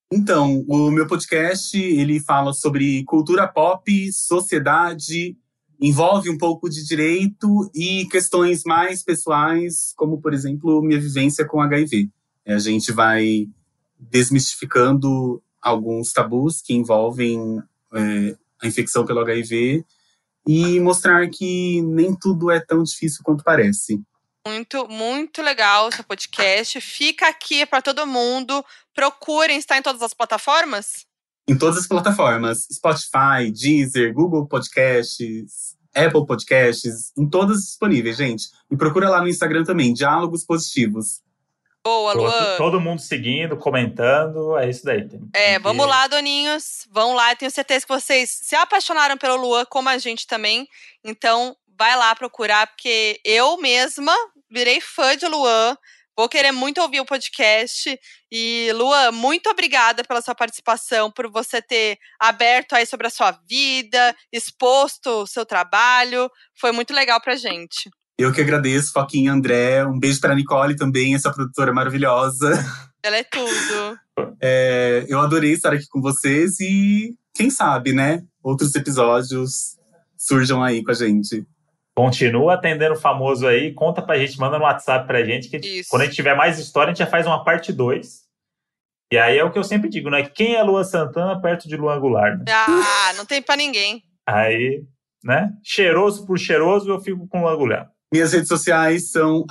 Então, o meu podcast, ele fala sobre cultura pop, sociedade, envolve um pouco de direito e questões mais pessoais, como, por exemplo, minha vivência com HIV. A gente vai desmistificando alguns tabus que envolvem a infecção pelo HIV e mostrar que nem tudo é tão difícil quanto parece. Muito, muito legal o seu podcast. Fica aqui para todo mundo. Procurem, está em todas as plataformas? Em todas as plataformas. Spotify, Deezer, Google Podcasts, Apple Podcasts, em todas disponíveis, gente. E procura lá no Instagram também, Diálogos Positivos. Boa, Luan. Todo mundo seguindo, comentando, é isso daí. Vamos lá, doninhos. Vão lá, tenho certeza que vocês se apaixonaram pelo Luan, como a gente também. Então, vai lá procurar, porque eu mesma virei fã de Luan. Vou querer muito ouvir o podcast. E, Luan, muito obrigada pela sua participação, por você ter aberto aí sobre a sua vida, exposto o seu trabalho. Foi muito legal pra gente. Eu que agradeço, Foquinha, André. Um beijo pra Nicole também, essa produtora maravilhosa. Ela é tudo. Eu adorei estar aqui com vocês e, quem sabe, né? Outros episódios surjam aí com a gente. Continua atendendo o famoso aí, conta pra gente, manda no WhatsApp pra gente, que quando a gente tiver mais história, a gente já faz uma parte 2. E aí é o que eu sempre digo, né? Quem é Luan Santana perto de Luan Goulart? Né? Ah, não tem pra ninguém. Aí, né? Cheiroso por cheiroso, eu fico com Luan Goulart. Minhas redes sociais são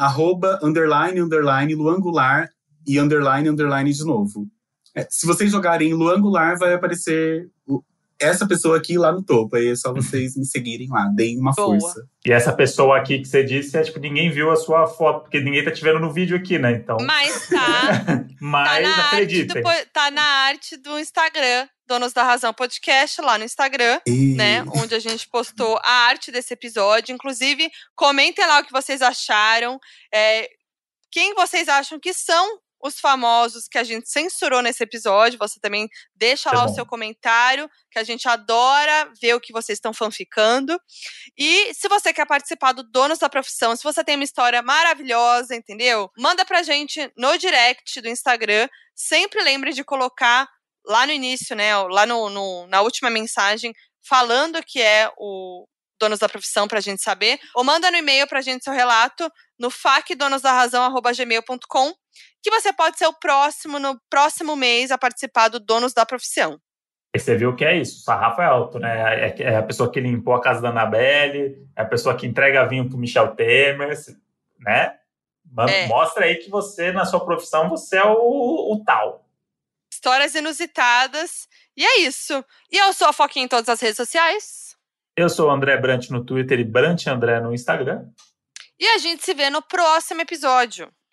@_Luan Goulart e _ de novo. Se vocês jogarem Luan Goulart, vai aparecer essa pessoa aqui lá no topo. Aí é só vocês me seguirem lá, deem uma força. E essa pessoa aqui que você disse, tipo, ninguém viu a sua foto, porque ninguém tá te vendo no vídeo aqui, né? Então... Mas tá. Mas acreditem. Tá na arte do Instagram, Donos da Razão Podcast, lá no Instagram, né? Onde a gente postou a arte desse episódio. Inclusive, comentem lá o que vocês acharam. Quem vocês acham que são os famosos que a gente censurou nesse episódio? Você também deixa lá o seu comentário, que a gente adora ver o que vocês estão fanficando. E se você quer participar do Donos da Profissão, se você tem uma história maravilhosa, entendeu? Manda pra gente no direct do Instagram. Sempre lembre de colocar lá no início, né? Lá na última mensagem, falando que é o Donos da Profissão, pra gente saber. Ou manda no e-mail pra gente seu relato no facdonosdarrazão@gmail.com, que você pode ser o próximo, no próximo mês, a participar do Donos da Profissão. E você viu que é isso, o sarrafo é alto, né? É a pessoa que limpou a casa da Anabelle, é a pessoa que entrega vinho pro Michel Temer, né? Mostra aí que você, na sua profissão, você é o tal. Histórias inusitadas. E é isso. E eu sou a Foquinha em todas as redes sociais. Eu sou o André Brant no Twitter e Brant André no Instagram. E a gente se vê no próximo episódio.